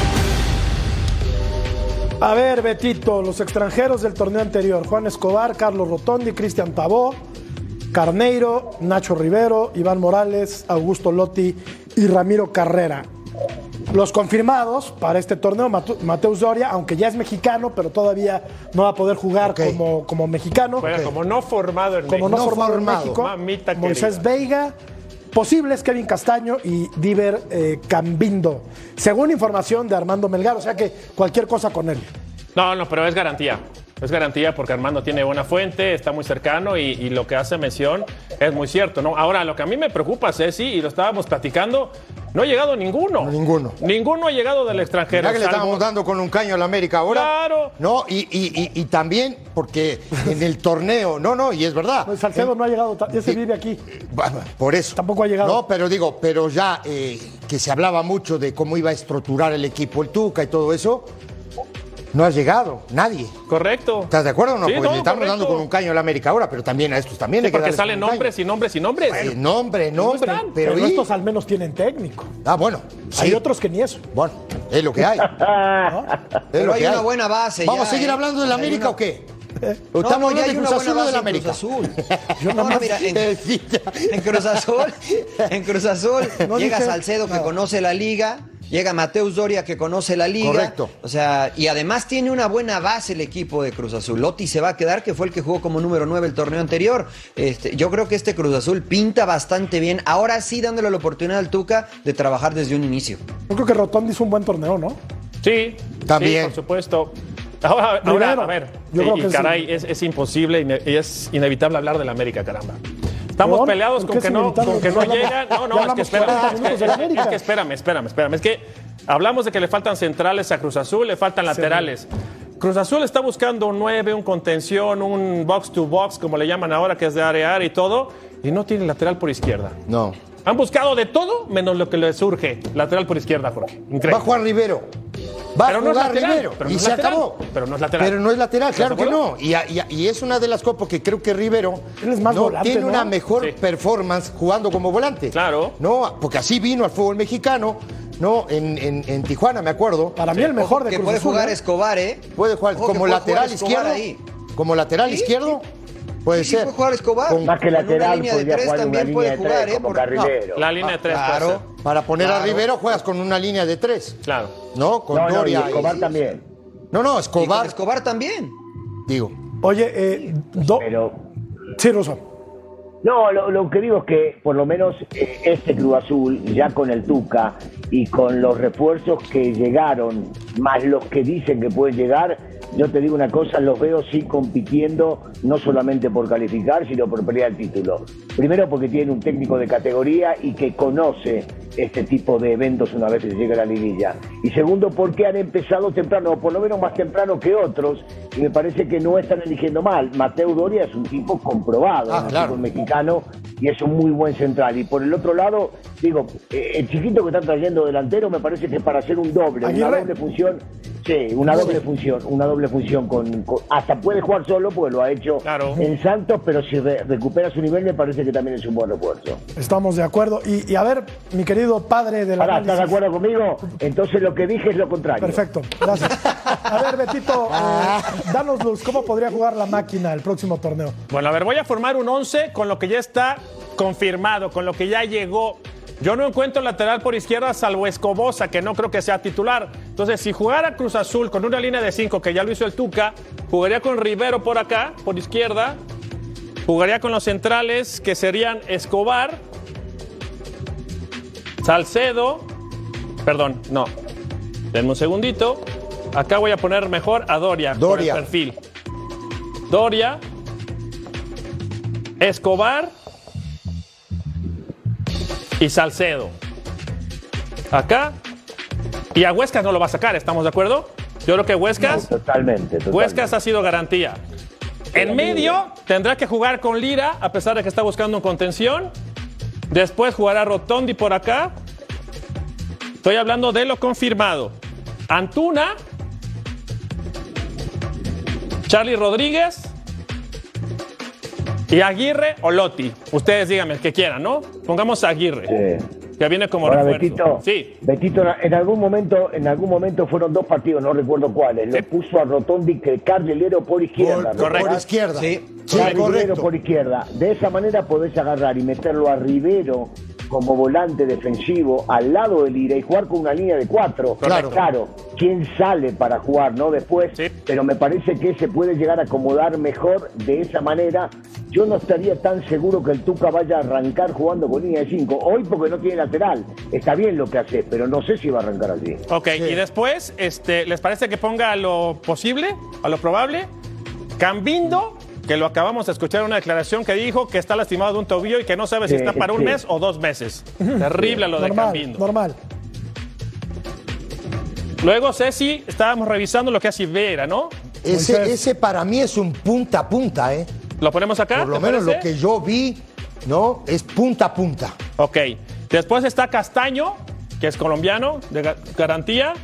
A ver, Betito, los extranjeros del torneo anterior: Juan Escobar, Carlos Rotondi, Cristian Tabó, Carneiro, Nacho Rivero, Iván Morales, Augusto Lotti y Ramiro Carrera. Los confirmados para este torneo: Mateus Doria, aunque ya es mexicano, pero todavía no va a poder jugar okay. como, como mexicano. Bueno, okay. Como no formado en como México. Como no formado, formado en México. Mamita Moisés querida. Veiga, posibles Kevin Castaño y Diver eh, Cambindo, según información de Armando Melgar, o sea que cualquier cosa con él. No, no, pero es garantía. Es garantía porque Armando tiene buena fuente, está muy cercano y, y lo que hace mención es muy cierto, ¿no? Ahora, lo que a mí me preocupa, Ceci, y lo estábamos platicando, no ha llegado ninguno. Ninguno. Ninguno ha llegado del extranjero. ¿Verdad que salvo... le estamos dando con un caño a la América ahora? Claro. No, y, y, y, y también porque en el torneo, no, no, y es verdad. No, Salcedo eh, no ha llegado, ese eh, vive aquí. Bueno, por eso. Tampoco ha llegado. No, pero digo, pero ya eh, que se hablaba mucho de cómo iba a estructurar el equipo, el Tuca y todo eso. No ha llegado, nadie. Correcto. ¿Estás de acuerdo o no? Sí, Porque no, le estamos correcto. dando con un caño a la América ahora, pero también a estos también sí, hay que porque darles salen nombres y nombres y nombres. Pues, nombre, nombre. No pero, pero y... estos al menos tienen técnico. Ah, bueno. Hay sí. otros que ni eso. Bueno, es lo que hay. ¿No? Pero lo hay que una hay. buena base. ¿Vamos ya, a seguir eh? hablando de la América una... o qué? No, Estamos no, hablando de Cruz Azul o de la América. Azul. Yo no, no, mira, en, en Cruz Azul, en Cruz Azul no llega dije, Salcedo que no. conoce la liga, llega Mateus Doria que conoce la liga. Correcto. O sea, y además tiene una buena base el equipo de Cruz Azul. Lotti se va a quedar, que fue el que jugó como número nueve el torneo anterior. Este, yo creo que este Cruz Azul pinta bastante bien. Ahora sí dándole la oportunidad al Tuca de trabajar desde un inicio. Yo creo que Rotondi hizo un buen torneo, ¿no? Sí, también. Sí, por supuesto. Ahora, ahora a ver, yo y, creo y que caray, sí. es, es imposible y es inevitable hablar de la América, caramba. Estamos ¿Perdón? peleados con que no, con que no llegan. No, no, es que espérame, es que, es, es que espérame, espérame, espérame. Es que hablamos de que le faltan centrales a Cruz Azul, le faltan laterales. Sí. Cruz Azul está buscando un nueve, un contención, un box to box, como le llaman ahora, que es de área y todo, y no tiene lateral por izquierda. No. Han buscado de todo menos lo que les surge. Lateral por izquierda, Jorge. Increíble. Va a jugar Rivero. Va pero a jugar no es lateral, Rivero. Pero y no se lateral, acabó. Pero no es lateral. Pero no es lateral, claro que no. Y, y, y es una de las cosas porque creo que Rivero Él es más no, volante, tiene ¿no? una mejor sí. performance jugando como volante. Claro. No, porque así vino al fútbol mexicano. No, en, en, en Tijuana, me acuerdo. Para mí el mejor de que Cruz puede Azul, jugar ¿eh? Escobar, ¿eh? Puede jugar Ojo, como puede lateral jugar Escobar izquierdo. ahí. Como lateral ¿Sí? izquierdo. Puede sí, ser. puede jugar Escobar. Con, más que lateral, línea de podría tres jugar una también línea puede de jugar, tres, ¿eh? como Por- Carrilero. La línea de tres puede Claro. ser. Para poner Claro. a Rivero juegas con una línea de tres. Claro. ¿No? Con No, no, y Doria. Escobar y- también. No, no, Y con Escobar. Escobar también. Digo. Oye, eh, do- Pero Sí, Russo. No, lo, lo que digo es que por lo menos eh, este Cruz Azul, ya con el Tuca y con los refuerzos que llegaron, más los que dicen que pueden llegar, yo te digo una cosa, los veo sí compitiendo, no solamente por calificar, sino por pelear el título. Primero porque tiene un técnico de categoría y que conoce este tipo de eventos una vez que se llega a la liguilla. Y segundo porque han empezado temprano, o por lo menos más temprano que otros, y me parece que no están eligiendo mal. Mateo Doria es un tipo comprobado, ah, un claro. tipo mexicano, y es un muy buen central. Y por el otro lado, digo, eh, el chiquito que están trayendo delantero me parece que es para hacer un doble, Aguirre. una doble función. Sí, una doble función, una doble función con, con hasta puede jugar solo porque lo ha hecho Claro. en Santos, pero si re, recupera su nivel me parece que también es un buen refuerzo. Estamos de acuerdo. Y, y a ver, mi querido padre del Ahora, análisis. ¿estás de acuerdo conmigo? Entonces lo que dije es lo contrario. Perfecto, gracias. A ver, Betito, eh, danos luz, ¿cómo podría jugar la máquina el próximo torneo? Bueno, a ver, voy a formar un once con lo que ya está confirmado, con lo que ya llegó. Yo no encuentro lateral por izquierda salvo Escobosa, que no creo que sea titular. Entonces, si jugara Cruz Azul con una línea de cinco, que ya lo hizo el Tuca, jugaría con Rivero por acá, por izquierda. Jugaría con los centrales, que serían Escobar, Salcedo. Perdón, no. Denme un segundito. Acá voy a poner mejor a Doria. Doria. Por el perfil. Doria. Escobar. Y Salcedo. Acá. Y a Huescas no lo va a sacar, ¿estamos de acuerdo? Yo creo que Huescas. No, totalmente, totalmente. Huescas ha sido garantía. En medio tendrá que jugar con Lira, a pesar de que está buscando un contención. Después jugará Rotondi por acá. Estoy hablando de lo confirmado. Antuna. Charlie Rodríguez. Y Aguirre o Lotti. Ustedes díganme el que quieran, ¿no? Pongamos a Aguirre. Sí. Que viene como Ahora, refuerzo. Betito, Sí. Betito, en algún momento, en algún momento fueron dos partidos, no recuerdo cuáles. Sí. Lo puso a Rotondi que carrilero por izquierda. Por, Correcto. por izquierda. Sí. Sí, Carrilero correcto. por izquierda. De esa manera podés agarrar y meterlo a Rivero como volante defensivo al lado del Lira y jugar con una línea de cuatro. Claro. Claro, quién sale para jugar, ¿no? Después, Sí. pero me parece que se puede llegar a acomodar mejor de esa manera. Yo no estaría tan seguro que el Tuca vaya a arrancar jugando con línea de cinco. Hoy porque no tiene lateral. Está bien lo que hace, pero no sé si va a arrancar así. Ok, y después, este, ¿les parece que ponga a lo posible, a lo probable? Cambindo, que lo acabamos de escuchar en una declaración que dijo que está lastimado de un tobillo y que no sabe si Sí, está para un sí. mes o dos meses. Terrible lo de Normal, Cambindo. normal. Luego, Ceci, estábamos revisando lo que hace Vera, ¿no? Ese, Moisés. ese para mí es un punta a punta, ¿eh? ¿Lo ponemos acá? Por lo ¿te menos parece? lo que yo vi, ¿no? Es punta a punta. Ok. Después está Castaño, que es colombiano, de ga- garantía.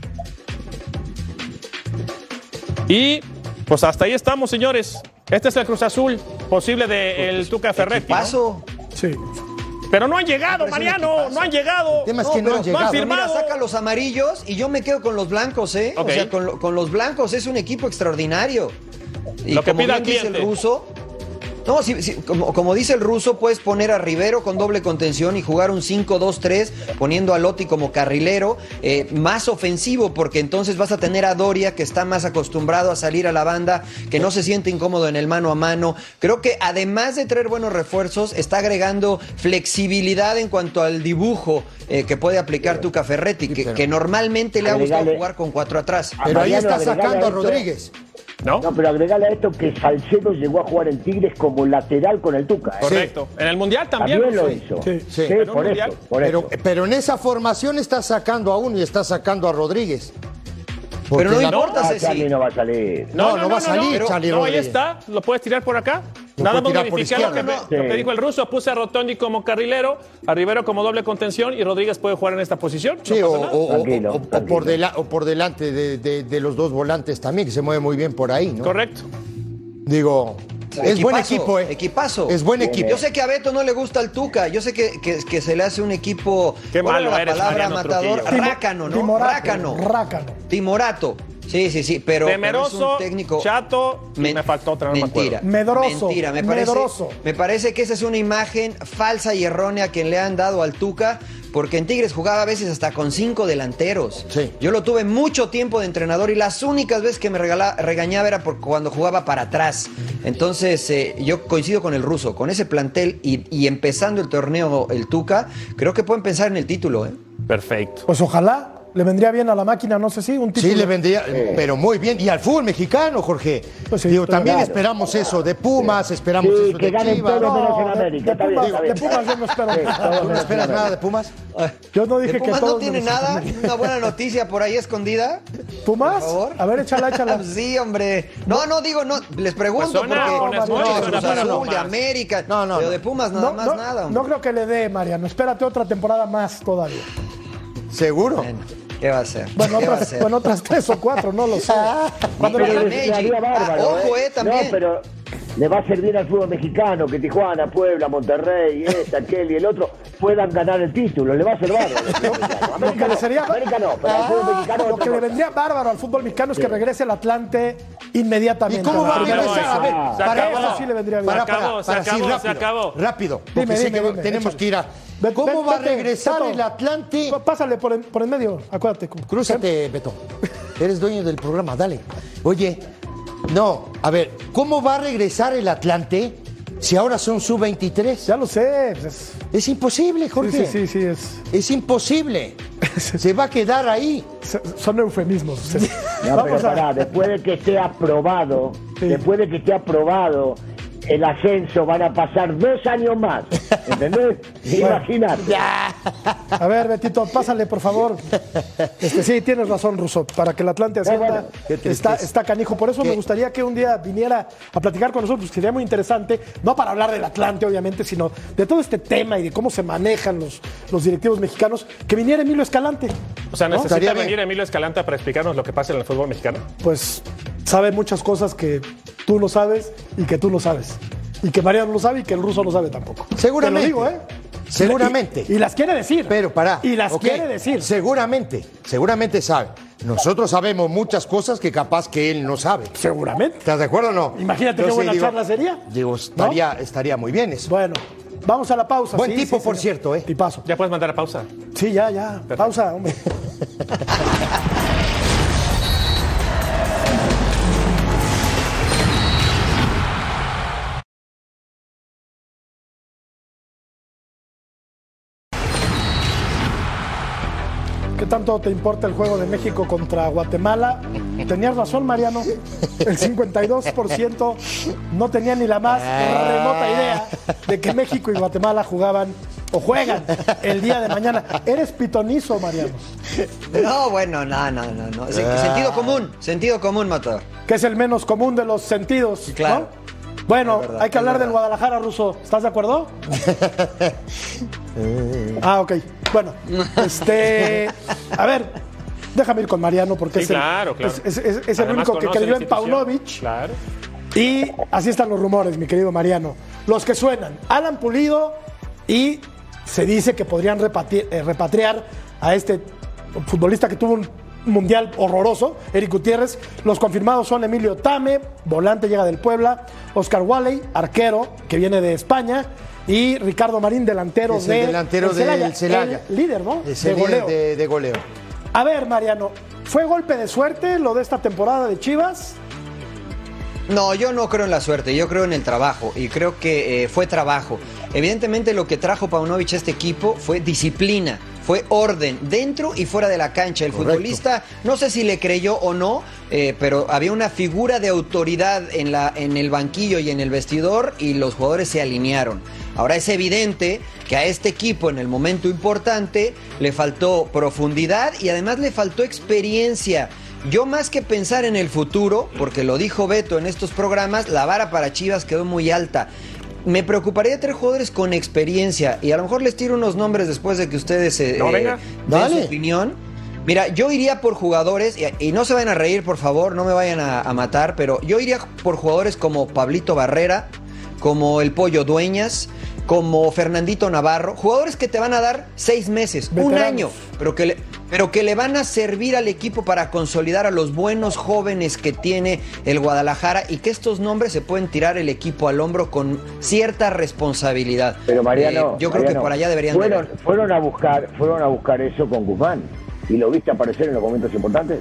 Y pues hasta ahí estamos, señores. Este es el Cruz Azul posible del Tuca Ferretti, ¿no? Paso. Sí. Pero no han llegado, Me parece un Mariano, equipazo. no han llegado. El tema es que no pero- han llegado. firmado. Mira, saca los amarillos y yo me quedo con los blancos, ¿eh? Ok. O sea, con, lo- con los blancos es un equipo extraordinario. Y Lo que como pida bien el dice el cliente. ruso. No, sí, sí, como, como dice el ruso, puedes poner a Rivero con doble contención y jugar un cinco dos tres, poniendo a Lotti como carrilero, eh, más ofensivo, porque entonces vas a tener a Doria, que está más acostumbrado a salir a la banda, que no se siente incómodo en el mano a mano. Creo que además de traer buenos refuerzos, está agregando flexibilidad en cuanto al dibujo eh, que puede aplicar Tuca Ferretti, que, que normalmente le ha gustado Agregale- jugar con cuatro atrás. Pero ahí Mariano, está agregale sacando a esto. Rodríguez. ¿No? No, pero agregale a esto que Salcedo llegó a jugar en Tigres como lateral con el Tuca. ¿eh? Correcto. En el Mundial también. También lo sí. hizo. Sí, Sí, sí. En un por mundial. eso, por Pero, eso. pero en esa formación está sacando a uno y está sacando a Rodríguez. Porque Pero no la- importa, Ah, Ceci. Charlie no va a salir. No, no va a salir, pero- Charlie No, ahí Rodríguez. está. Lo puedes tirar por acá. Lo Nada puede más tirar por modificar lo que, izquierda. me- lo que Sí. dijo el ruso. Puse a Rotondi como carrilero, a Rivero como doble contención y Rodríguez puede jugar en esta posición. Sí, No o, pasa nada. o- o- Tranquilo, o- o tranquilo. por, dela- o por delante de, de- de los dos volantes también, que se mueve muy bien por ahí, ¿no? Correcto. Digo, es buen Equipazo, equipo, ¿eh? Equipazo. Es buen equipo. Yo sé que a Beto no le gusta el Tuca. Yo sé que, que, que se le hace un equipo. Qué ¿cuál malo era la eres, palabra, Mariano matador? Trujillo. Rácano, ¿no? Timorato, Rácano. Rácano. Timorato. Sí, sí, sí, pero, Temeroso, pero es un técnico chato, y me faltó otra, no mentira, me acuerdo. Medroso, mentira, me parece, medroso. me parece que esa es una imagen falsa y errónea que le han dado al Tuca, porque en Tigres jugaba a veces hasta con cinco delanteros. Sí. Yo lo tuve mucho tiempo de entrenador y las únicas veces que me regala, regañaba era por cuando jugaba para atrás. Entonces, eh, yo coincido con el Ruso, con ese plantel y, y empezando el torneo el Tuca, creo que pueden pensar en el título, ¿eh? Perfecto. Pues ojalá. Le vendría bien a la máquina, no sé si, un título. Sí, le vendría, pero muy bien. Y al fútbol mexicano, Jorge. Pues sí, Digo, también claro. esperamos eso de Pumas, esperamos Sí, eso que de ganen Chivas. todos menos en de, América. de Está bien, Pumas, está de bien. Pumas yo no espero Sí, nada. todos ¿Tú no menos esperas en nada de América. Pumas? Yo no dije ¿De que Pumas todos no tiene menos nada? América. ¿Una buena noticia por ahí escondida? ¿Pumas? Por favor. A ver, échala, échala. Sí, hombre. No, no, digo, no, les pregunto Pues suena, porque suena, no, suena, de suena Cruz para Azul, Pumas. de América, No, no, pero no. de Pumas nada No, más no, nada, hombre. no creo que le dé, Mariano. Espérate otra temporada más todavía. ¿Seguro? Bueno, ¿qué va a hacer? Bueno, ¿Qué va a otras, hacer? bueno, otras tres o cuatro, no lo sé. Cuando Pero la- le- Le haría bárbaro, Ah, ojo, eh, también. No, pero le va a servir al fútbol mexicano que Tijuana, Puebla, Monterrey, este, aquel y el otro puedan ganar el título. Le va a ser bárbaro al fútbol mexicano. Lo que le sería- América no, pero al fútbol mexicano Lo otra que le cosa. vendría bárbaro al fútbol mexicano es que regrese el Atlante inmediatamente. ¿Y cómo va a La primera regresar? A ver, vez. Se para acabó. Eso sí le vendría bien. Para, Se acabó, para, se para, sí, acabó, se rápido, acabó. rápido, porque Dime, sé dime, que dime, tenemos échale. que ir a... Ve- ¿Cómo ve- va a vete, regresar Beto. el Atlante? Pásale por en, por en medio, acuérdate. Crúzate, Beto. Eres dueño del programa, dale. Oye, no, a ver, ¿cómo va a regresar el Atlante si ahora son sub veintitrés? Ya lo sé. pues es- Es imposible, sí, Jorge. sí, sí, sí, es, Es imposible. Se va a quedar ahí. se- son eufemismos. o sea. No, pero Vamos a- pará, después de que esté aprobado, Sí. después de que esté aprobado el ascenso, van a pasar dos años más. ¿Entendés? Imagínate. A ver, Betito, pásale, por favor. Este, sí, tienes razón, Russo. Para que el Atlante ascienda, bueno, qué está, tristeza. está canijo. Por eso ¿Qué? me gustaría que un día viniera a platicar con nosotros. Sería muy interesante, no para hablar del Atlante, obviamente, sino de todo este tema y de cómo se manejan los, los directivos mexicanos. Que viniera Emilio Escalante. O sea, ¿No? necesita Estaría bien. venir Emilio Escalante para explicarnos lo que pasa en el fútbol mexicano. Pues sabe muchas cosas que tú no sabes y que tú no sabes. Y que Mariano no sabe y que el Ruso no sabe tampoco. Seguramente. Te lo digo, ¿eh? Seguramente. Y, y las quiere decir. Pero pará. Y las ok, quiere decir. Seguramente, seguramente sabe. Nosotros sabemos muchas cosas que capaz que él no sabe. Seguramente. ¿Estás de acuerdo o no? Imagínate qué Entonces, buena digo- charla sería. Digo, estaría, estaría muy bien eso. Bueno, vamos a la pausa. Buen Sí, tipo, sí, por señor. cierto, ¿eh? Tipazo. Ya puedes mandar a pausa. Sí, ya, ya. Pausa, hombre. ¿Qué tanto te importa el juego de México contra Guatemala? Tenías razón, Mariano. El cincuenta y dos por ciento no tenía ni la más remota idea de que México y Guatemala jugaban o juegan el día de mañana. Eres pitonizo, Mariano. No, bueno, no, no, no, no. Se- Sentido común, sentido común, Matador. Que es el menos común de los sentidos. Claro. ¿no? Bueno, Es verdad, hay que es hablar del verdad. Guadalajara, Ruso. ¿Estás de acuerdo? Ah, ok. Bueno, este. A ver, déjame ir con Mariano porque Sí, es el, claro, claro. es, es- es el Además, único que conoce creyó la en institución. Paunovic. Claro. Y así están los rumores, mi querido Mariano. Los que suenan: Alan Pulido y se dice que podrían repatri- eh, repatriar a este futbolista que tuvo un mundial horroroso, Eric Gutiérrez. Los confirmados son Emilio Tame, volante, llega del Puebla, Oscar Walley, arquero, que viene de España, y Ricardo Marín, delantero Es de el delantero del Celaya. el líder, ¿no? Es el de líder goleo. de, de goleo. A ver, Mariano, ¿fue golpe de suerte lo de esta temporada de Chivas? No, yo no creo en la suerte, yo creo en el trabajo y creo que eh, fue trabajo. Evidentemente lo que trajo Paunovic a este equipo fue disciplina, fue orden dentro y fuera de la cancha. El Correcto. futbolista, no sé si le creyó o no, eh, pero había una figura de autoridad en, la, en el banquillo y en el vestidor y los jugadores se alinearon. Ahora es evidente que a este equipo en el momento importante le faltó profundidad y además le faltó experiencia. Yo más que pensar en el futuro, porque lo dijo Beto en estos programas, la vara para Chivas quedó muy alta. Me preocuparía tener jugadores con experiencia y a lo mejor les tiro unos nombres después de que ustedes eh, No, eh, venga. den Dale. su opinión. Mira, yo iría por jugadores, y, y no se vayan a reír, por favor, no me vayan a, a matar, pero yo iría por jugadores como Pablito Barrera, como el Pollo Dueñas, como Fernandito Navarro, jugadores que te van a dar seis meses, un Veteranos. año, pero que, le, pero que le van a servir al equipo para consolidar a los buenos jóvenes que tiene el Guadalajara y que estos nombres se pueden tirar el equipo al hombro con cierta responsabilidad. Pero Mariano, eh, yo creo Mariano, que por allá deberían fueron, de fueron a buscar, fueron a buscar eso con Guzmán y lo viste aparecer en los momentos importantes.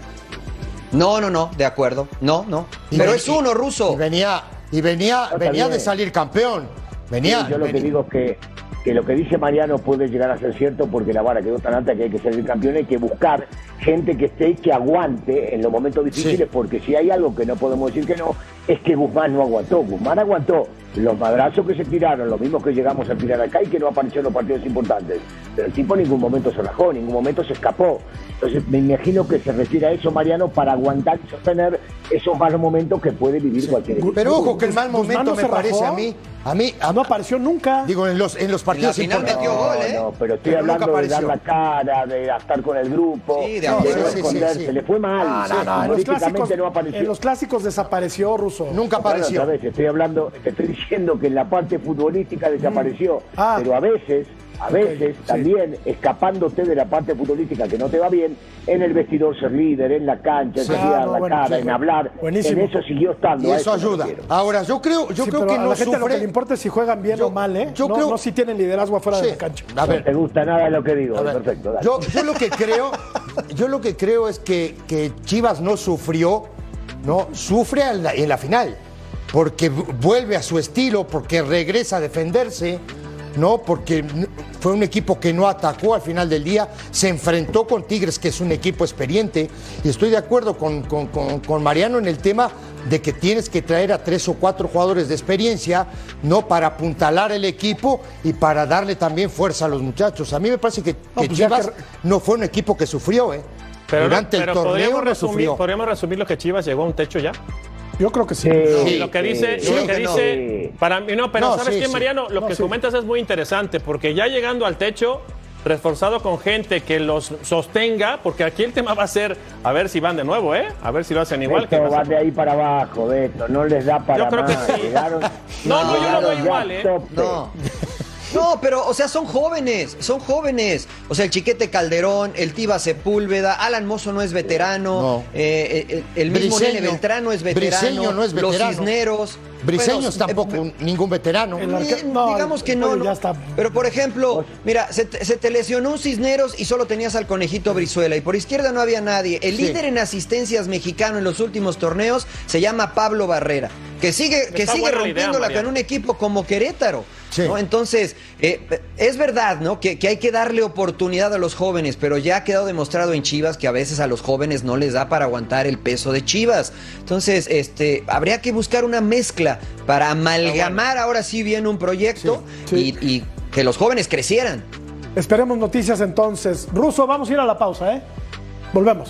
No, no, no, de acuerdo. No, no. Y Pero ven- es uno, Russo. Y venía, y venía, No, venía de también. salir campeón. Venía. Sí, yo lo venía. que digo es que, que lo que dice Mariano puede llegar a ser cierto porque la vara quedó tan alta que hay que ser el campeón, hay que buscar gente que esté y que aguante en los momentos difíciles, Sí. porque si hay algo que no podemos decir que no, es que Guzmán no aguantó. Guzmán aguantó los madrazos que se tiraron, los mismos que llegamos a tirar acá y que no apareció en los partidos importantes. Pero el tipo en ningún momento se rajó, en ningún momento se escapó. Entonces me imagino que se refiere a eso, Mariano, para aguantar y sostener esos malos momentos que puede vivir cualquier equipo. Pero ojo que el mal Guzmán momento no me se parece rajó. a mí, a mí, a- No apareció nunca. digo en los en los partidos final importantes. metió gol, ¿eh? No, pero estoy Pero nunca hablando de dar apareció. la cara, de estar con el grupo, Sí, de de, acuerdo. no Sí, sí, esconderse. sí, sí. Le fue mal. Ah, no, no, en, los Políticamente clásicos, no apareció. en los clásicos desapareció, Russo. Nunca Bueno, apareció. otra vez, estoy hablando, te estoy diciendo que en la parte futbolística desapareció, Ah. pero a veces, a veces sí. también escapándote de la parte futbolística que no te va bien, en el vestidor ser líder, en la cancha, en Sí. salir a Ah, no, la bueno, cara, sí, en bueno. hablar, Buenísimo. en eso siguió estando. Y a eso me ayuda. refiero. Ahora, yo creo, yo Sí, creo pero que a no la gente lo que sufre. le importa es si juegan bien Yo- o mal, ¿eh? yo no, creo- no si tienen liderazgo afuera Sí. de la cancha. A No ver, te gusta nada lo que digo, A ver, perfecto. Dale. Yo, yo lo que creo, yo lo que creo es que, que Chivas no sufrió, no sufre en la, en la final, porque vu- vuelve a su estilo, porque regresa a defenderse, no, porque n- fue un equipo que no atacó al final del día, se enfrentó con Tigres, que es un equipo experiente, y estoy de acuerdo con, con- con- con Mariano en el tema de que tienes que traer a tres o cuatro jugadores de experiencia, no, para apuntalar el equipo y para darle también fuerza a los muchachos. A mí me parece que, que pues ya Chivas que- no fue un equipo que sufrió, ¿eh? Pero, Durante no, el pero torneo podríamos, no resumir, sufrió. podríamos resumir lo que Chivas llegó a un techo ya. Yo creo que sí. Sí, Y lo que dice, sí, y lo sí, que no. dice, para mí no, pero No, ¿sabes sí, qué, sí. Mariano? Lo No, que sí. comentas es muy interesante, porque ya llegando al techo, reforzado con gente que los sostenga, porque aquí el tema va a ser a ver si van de nuevo, ¿eh? A ver si lo hacen igual que Esto va pasó. de ahí para abajo, Beto, no les da para Yo creo que más. sí. Llegaron- No, no, yo lo llegaron veo ya igual, ¿eh? tope. No. No, pero, o sea, son jóvenes, son jóvenes. O sea, el Chiquete Calderón, el Tiva Sepúlveda, Alan Mozo no es veterano, No. eh, eh, el mismo Briseño. Nene Beltrán no es veterano, Briseño no es veterano. los Cisneros. Briseños bueno, tampoco, eh, ningún veterano. El Eh, arque- no, digamos que no, oye, no. ya está. Pero por ejemplo, mira, se te, se te lesionó un Cisneros y solo tenías al Conejito Brizuela y por izquierda no había nadie. El Sí. líder en asistencias mexicano en los últimos torneos se llama Pablo Barrera, que sigue, que Está sigue buena la idea, rompiéndola Mariano. con un equipo como Querétaro. Sí. ¿no? Entonces, eh, es verdad, ¿no? Que, que hay que darle oportunidad a los jóvenes, pero ya ha quedado demostrado en Chivas que a veces a los jóvenes no les da para aguantar el peso de Chivas. Entonces, este, habría que buscar una mezcla para amalgamar ahora sí bien un proyecto Sí, sí. Y, y que los jóvenes crecieran. Esperemos noticias entonces. Russo, vamos a ir a la pausa, ¿eh? Volvemos.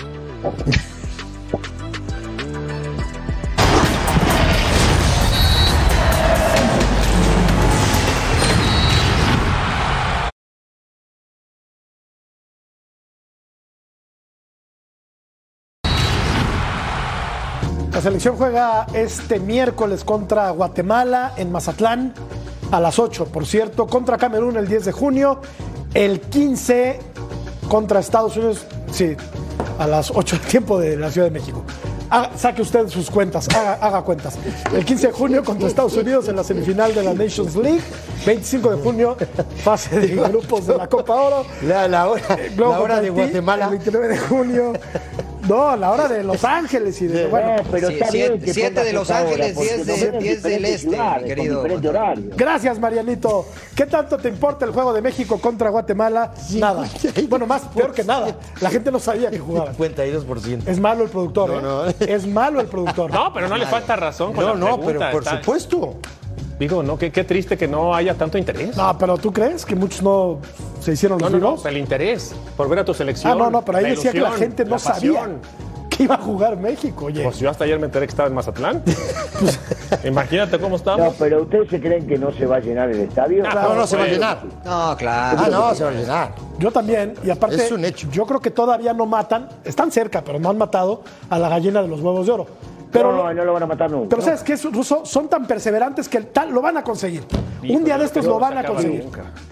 La selección juega este miércoles contra Guatemala en Mazatlán a las ocho, por cierto, contra Camerún el diez de junio, el quince contra Estados Unidos, sí, a las ocho del tiempo de la Ciudad de México. Haga- saque usted sus cuentas, haga, haga cuentas. El quince de junio contra Estados Unidos en la semifinal de la Nations League, veinticinco de junio, fase de grupos de la Copa Oro. La, la hora, Eh, Globo la hora de Haití, Guatemala. El veintinueve de junio. No, la hora de Los Ángeles y de. Bueno, No, pero Sí, está siete- bien que siete pongas de Los esa hora, Ángeles, porque diez de- nos ven en diez del diferentes este, ciudades, mi con querido diferente horario. gracias, Marianito. ¿Qué tanto te importa el juego de México contra Guatemala? Nada. Bueno, más peor que nada. La gente no sabía que jugaban. cincuenta y dos por ciento. Es malo el productor. No, ¿eh? no. Es malo el productor. No, pero no le falta razón con No, la no, pregunta. pero por Está- supuesto. Digo, no, qué, qué triste que no haya tanto interés. No, pero ¿tú crees que muchos no se hicieron No, los no, no, vivos? el interés por ver a tu selección. Ah, no, no, pero ahí la decía que la ilusión, gente no la sabía pasión. que iba a jugar México, oye. Pues yo hasta ayer me enteré que estaba en Mazatlán. Imagínate cómo No, estamos. pero ¿ustedes se creen que no se va a llenar el estadio? No, no se va a bueno. llenar. No, claro. Ah, no, se va a llenar. Yo también, y aparte, Es un hecho. yo creo que todavía no matan, están cerca, pero no han matado a la gallina de los huevos de oro. Pero, no, no lo van a matar nunca. pero ¿sabes qué, Russo? Son tan perseverantes que tal, lo van a conseguir. Un día de estos No lo van se a acaba conseguir. nunca.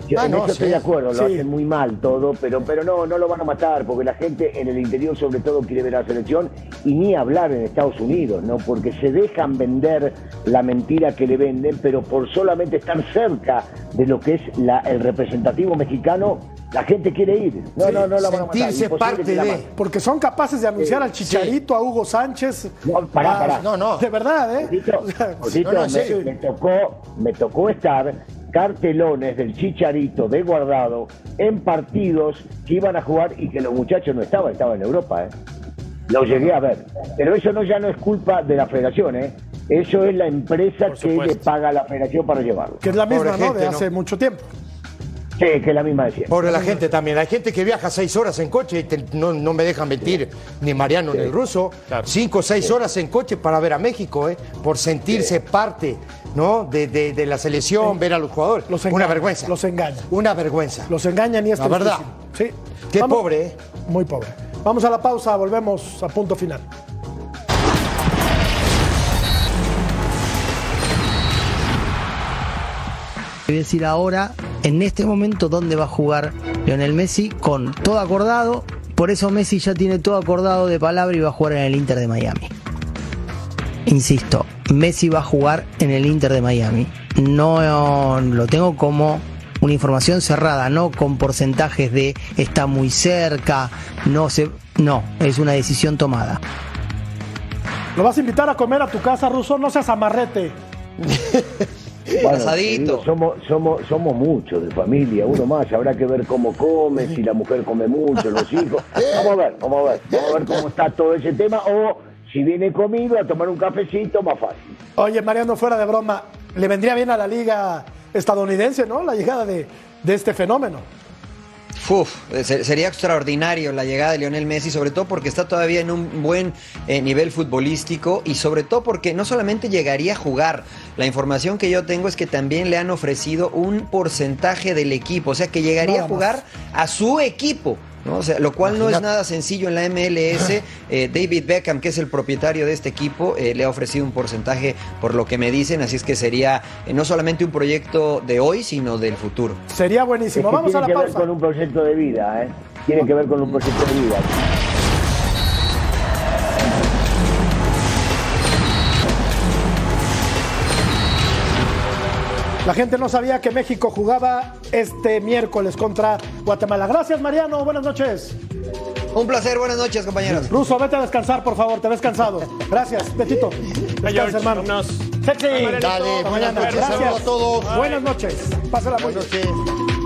Yo, Ah, en no, eso sí. estoy de acuerdo, lo Sí. hacen muy mal todo, pero, pero no, no lo van a matar, porque la gente en el interior sobre todo quiere ver a la selección y ni hablar en Estados Unidos, ¿no? Porque se dejan vender la mentira que le venden, pero por solamente estar cerca de lo que es la, el representativo mexicano, la gente quiere ir. No, Sí, no, no la van a matar. sentirse Imposible parte que la de. maten. Porque son capaces de anunciar Sí, al Chicharito, a Hugo Sánchez. No, pará, a- pará. No, no. De verdad, ¿eh? Josito, O sea, Josito, no, no, me, sí. me tocó, me tocó estar cartelones del Chicharito de Guardado en partidos que iban a jugar y que los muchachos no estaban, estaban en Europa, ¿eh? Lo llegué a ver. Pero eso no ya no es culpa de la federación, ¿eh? Eso es la empresa Por que supuesto. le paga a la federación para llevarlo. que es la misma, Pobre ¿no? gente, De ¿no? hace mucho tiempo. Sí, que es la misma de siempre. Pobre la gente también. Hay gente que viaja seis horas en coche y te- no, no me dejan mentir ni Mariano ni el ruso. Claro. Cinco o seis horas en coche para ver a México, ¿eh? Por sentirse parte, ¿no? De, de- de la selección, ver a los jugadores. Los Una engañan, vergüenza. los engañan. Una vergüenza. Los engañan y es La verdad. tristísimo. Sí. Qué Vamos- pobre, ¿eh? Muy pobre. Vamos a la pausa, volvemos a punto final. Voy a decir ahora, en este momento, dónde va a jugar Lionel Messi, con todo acordado. Por eso Messi ya tiene todo acordado de palabra y va a jugar en el Inter de Miami. Insisto, Messi va a jugar en el Inter de Miami. No lo tengo como una información cerrada, no con porcentajes de está muy cerca, no se, no, es una decisión tomada. ¿Lo vas a invitar a comer a tu casa, Ruso? No seas amarrete. Bueno, Asadito. te digo, somos, somos, somos muchos de familia, uno más, habrá que ver cómo come, si la mujer come mucho, los hijos. Vamos a ver, vamos a ver, vamos a ver cómo está todo ese tema, o si viene conmigo a tomar un cafecito, más fácil. Oye, Mariano, fuera de broma, le vendría bien a la liga estadounidense, ¿no? La llegada de, de este fenómeno. Uf, se- sería extraordinario la llegada de Lionel Messi, sobre todo porque está todavía en un buen eh, nivel futbolístico y sobre todo porque no solamente llegaría a jugar, la información que yo tengo es que también le han ofrecido un porcentaje del equipo, o sea que llegaría Nada a jugar a su equipo, ¿no? O sea, lo cual no es Imagínate. nada sencillo en la M L S. Eh, David Beckham, que es el propietario de este equipo, eh, le ha ofrecido un porcentaje por lo que me dicen, así es que sería eh, no solamente un proyecto de hoy, sino del futuro. Sería Es buenísimo. que Vamos a tiene la que ver pausa. con un proyecto de vida, ¿eh? Tiene que ver con un proyecto de vida. La gente no sabía que México jugaba este miércoles contra Guatemala. Gracias, Mariano. Buenas noches. Un placer, buenas noches, compañeros. Ruso, vete a descansar, por favor. Te ves cansado. Gracias, Betito. George, Descansa, hermano. vámonos. Sexy. Marianito. Dale, Hasta buenas mañana. noches, Gracias. saludos a todos. Buenas noches. Pásala muy Buenas bien. noches.